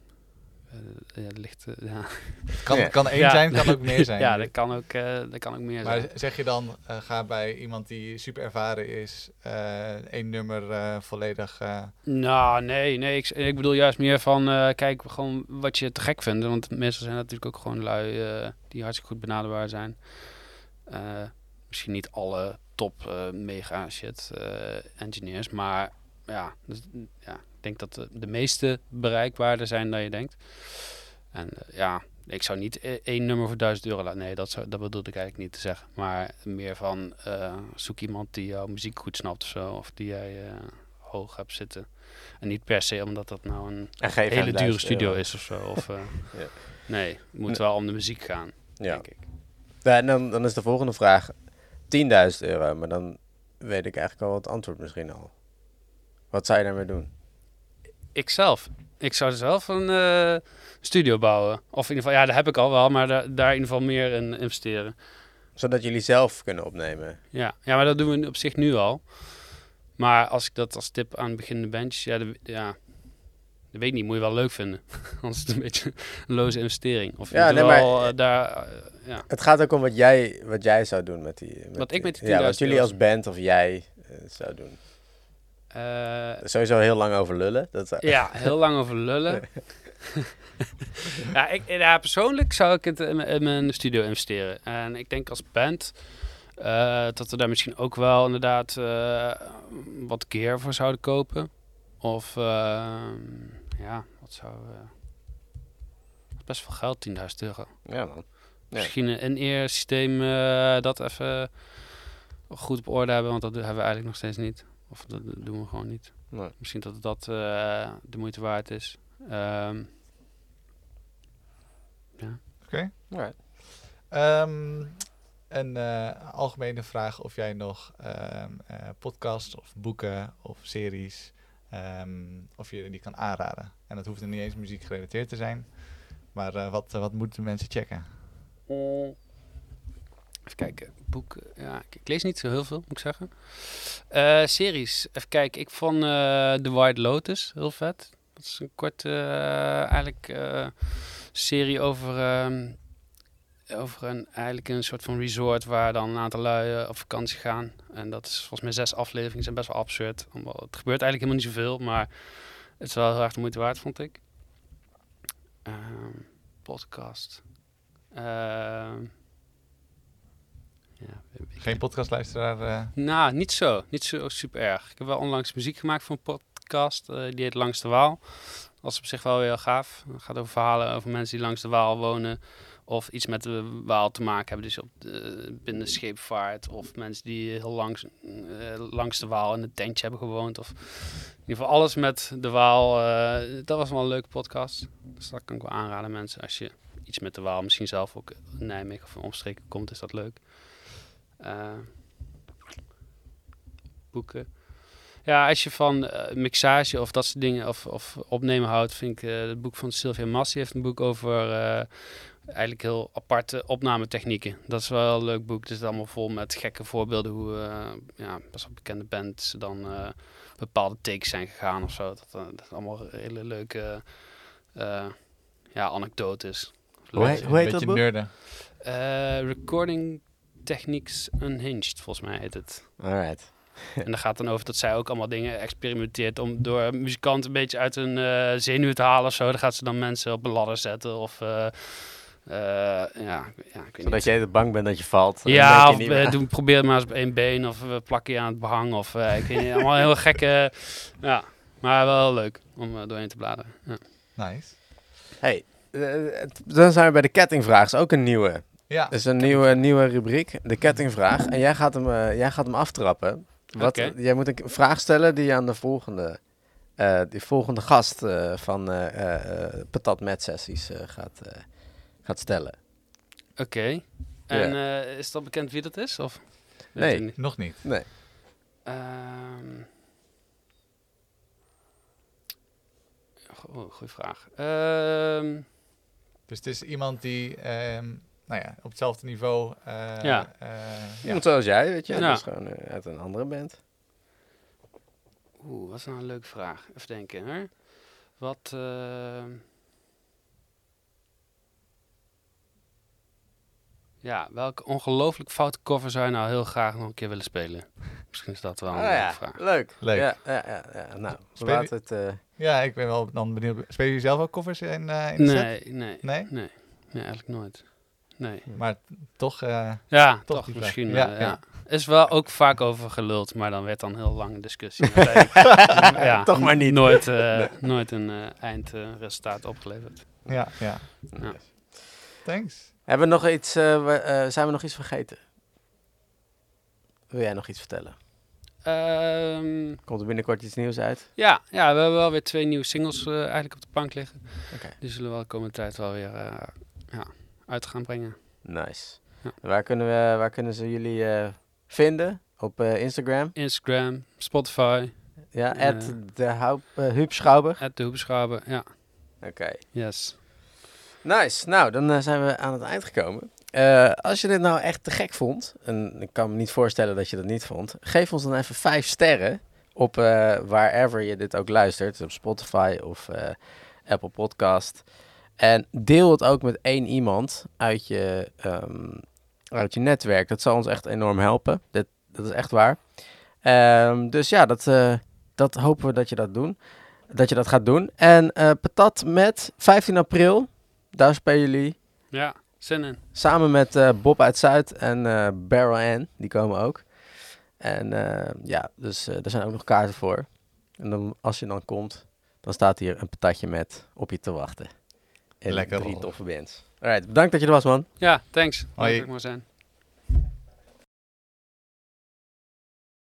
Uh, ja, dat ligt, uh, ja. Het kan, ja. kan één ja. zijn, kan ook meer zijn. ja, dat kan ook, uh, dat kan ook meer maar zijn. Maar zeg je dan, uh, ga bij iemand die super ervaren is, uh, één nummer uh, volledig... Uh... Nou, nee, nee. Ik, ik bedoel juist meer van, uh, kijk gewoon wat je te gek vindt. Want meestal zijn dat natuurlijk ook gewoon lui uh, die hartstikke goed benaderbaar zijn. Uh, misschien niet alle top uh, mega shit uh, engineers, maar ja, dus, ja, ik denk dat de, de meeste bereikbaarder zijn dan je denkt. En uh, ja, ik zou niet e- één nummer voor duizend euro laten. Nee, dat, zou, dat bedoelde ik eigenlijk niet te zeggen. Maar meer van, uh, zoek iemand die jouw muziek goed snapt of zo. Of die jij uh, hoog hebt zitten. En niet per se omdat dat nou een hele dure studio euro. is of zo. Of, uh, ja. Nee, het moet nee. wel om de muziek gaan, ja. denk ik. Ja, en dan, dan is de volgende vraag tienduizend euro. Maar dan weet ik eigenlijk al het antwoord misschien al. Wat zou je daarmee doen? Ikzelf. Ik zou zelf een uh, studio bouwen. Of in ieder geval, ja, dat heb ik al wel, maar da- daar in ieder geval meer in investeren. Zodat jullie zelf kunnen opnemen? Ja, ja, maar dat doen we op zich nu al. Maar als ik dat als tip aan beginnende bandjes, ja, de, ja, dat weet ik niet, moet je wel leuk vinden. Anders is het een beetje een loze investering. Of ja, nee, wel, maar uh, daar, uh, ja. Het gaat ook om wat jij, wat jij zou doen met die... Met wat die, ik met die ja, wat jullie als band of jij uh, zou doen. Uh, Sowieso heel lang over lullen. Dat zou... Ja, heel lang over lullen. ja, ik, ja, persoonlijk zou ik het in, in mijn studio investeren. En ik denk als band uh, dat we daar misschien ook wel inderdaad uh, wat gear voor zouden kopen. Of uh, ja, wat zou... Uh, best veel geld, tienduizend euro. Ja, man. Ja. Misschien een in-ear systeem uh, dat even goed op orde hebben, want dat hebben we eigenlijk nog steeds niet. Of dat doen we gewoon niet. Nee. Misschien dat dat uh, de moeite waard is. Um, ja. Oké. Okay. Um, een uh, algemene vraag of jij nog um, uh, podcasts of boeken of series, um, of je die kan aanraden. En dat hoeft er niet eens muziek gerelateerd te zijn. Maar uh, wat, uh, wat moeten mensen checken? Uh. Even kijken, boeken. Ja, ik, ik lees niet zo heel veel, moet ik zeggen. Uh, series. Even kijken, ik vond uh, The White Lotus heel vet. Dat is een korte, uh, eigenlijk, uh, serie over, um, over een, eigenlijk een soort van resort waar dan een aantal lui uh, op vakantie gaan. En dat is volgens mij zes afleveringen, zijn best wel absurd. Omdat het gebeurt eigenlijk helemaal niet zoveel, maar het is wel heel erg de moeite waard, vond ik. Uh, podcast. Uh, Ja, Geen podcastluisteraar? Uh... Nou, niet zo. Niet zo super erg. Ik heb wel onlangs muziek gemaakt voor een podcast. Uh, die heet Langs de Waal. Dat is op zich wel heel gaaf. Het gaat over verhalen over mensen die langs de Waal wonen. Of iets met de Waal te maken hebben. Dus op de, binnen de scheepvaart. Of mensen die heel langs, uh, langs de Waal in een tentje hebben gewoond. Of in ieder geval alles met de Waal. Uh, dat was wel een leuke podcast. Dus dat kan ik wel aanraden mensen. Als je iets met de Waal, misschien zelf ook in Nijmegen of in omstreken komt, is dat leuk. Uh, boeken. Ja, als je van uh, mixage of dat soort dingen of, of opnemen houdt, vind ik uh, het boek van Sylvia Massi heeft een boek over uh, eigenlijk heel aparte opnametechnieken. Dat is wel een leuk boek. Het is allemaal vol met gekke voorbeelden hoe uh, ja, best wel bekende bands dan uh, bepaalde takes zijn gegaan of zo. Dat, uh, dat is allemaal hele leuke uh, ja, anekdotes. Hoe heet, hoe heet dat beetje boek? nerden. Uh, Recording Techniques Unhinged, volgens mij heet het. Alright. En dat gaat dan over dat zij ook allemaal dingen experimenteert om door muzikanten een beetje uit hun uh, zenuwen te halen of zo. Dan gaat ze dan mensen op een ladder zetten of uh, uh, ja, ja, ik weet Zodat niet. je even bang bent dat je valt. Dan Ja, weet of je niet uh, meer. doen, probeer het maar eens op één been of we plakken je aan het behang of uh, ik weet niet, allemaal heel gekke, ja, maar wel leuk om uh, doorheen te bladeren. Ja. Nice. Hey, uh, het- dan zijn we bij de kettingvraag. Is ook een nieuwe. Ja. Dat is een nieuwe, nieuwe rubriek, de kettingvraag. En jij gaat hem, uh, jij gaat hem aftrappen. Wat, Oké. Jij moet een k- vraag stellen die je aan de volgende, uh, die volgende gast uh, van uh, uh, uh, Patat Met Sessies uh, gaat, uh, gaat stellen. Oké. Okay. En uh, is dat bekend wie dat is? Of? Nee. Weet je niet? Nog niet. Nee. Um, oh, goeie vraag. Um, Dus het is iemand die ehm, nou ja, op hetzelfde niveau... Uh, Ja. Uh, ja. Iemand zoals jij, weet je. Ja. Dus gewoon uh, uit een andere band. Oeh, wat is nou een leuke vraag. Even denken hoor. Wat... Uh, ja, welke ongelooflijk foute cover zou je nou heel graag nog een keer willen spelen? Misschien is dat wel een Ah, leuke ja. vraag. Leuk. Leuk. Ja, ja, ja, ja. Nou, Speel laat je- het... Uh, Ja, ik ben wel dan benieuwd. Spelen jullie zelf ook covers in, uh, in de set? Nee, nee, Nee? nee. Nee, eigenlijk nooit. Nee. Maar t- toch... Uh, Ja, Toch toch, die vraag. misschien. Ja, Ja, ja. ja. Is wel ook vaak over geluld, maar dan werd dan een heel lange discussie. Uiteindelijk, ja, Toch maar niet. Nooit, uh, nooit een uh, eindresultaat uh, opgeleverd. ja, ja. Ja. Thanks. Hebben we nog iets... Uh, we, uh, zijn we nog iets vergeten? Wil jij nog iets vertellen? Um, Komt er binnenkort iets nieuws uit? ja, ja, we hebben wel weer twee nieuwe singles uh, eigenlijk op de plank liggen. Oké. Die zullen we de komende tijd wel weer uh, ja, uit gaan brengen. Nice. Ja. Waar, kunnen we, waar kunnen ze jullie uh, vinden? Op uh, Instagram? Instagram, Spotify, Ja, Ja. at de Huub, uh, Huub Schouber. at de Hoebeschouwen. Ja, Oké. yes. Nice. Nou, dan uh, zijn we aan het eind gekomen. Uh, als je dit nou echt te gek vond, en ik kan me niet voorstellen dat je dat niet vond, geef ons dan even vijf sterren op uh, wherever je dit ook luistert, op Spotify of uh, Apple Podcast. En deel het ook met één iemand uit je, um, uit je netwerk. Dat zal ons echt enorm helpen. Dat, dat is echt waar. Um, dus ja, dat, uh, dat hopen we dat je dat doen. Dat je dat gaat doen. En uh, Patat met vijftien april, daar spelen jullie. Ja, zin in. Samen met uh, Bob uit Zuid en uh, Barrel Ann, die komen ook. En uh, ja, dus uh, er zijn ook nog kaarten voor. En dan, als je dan komt, dan staat hier een patatje met op je te wachten. En Lekker drie hoor. toffe bands. Alright, bedankt dat je er was, man. Ja, thanks. Hoi. Leuk dat ik maar zijn.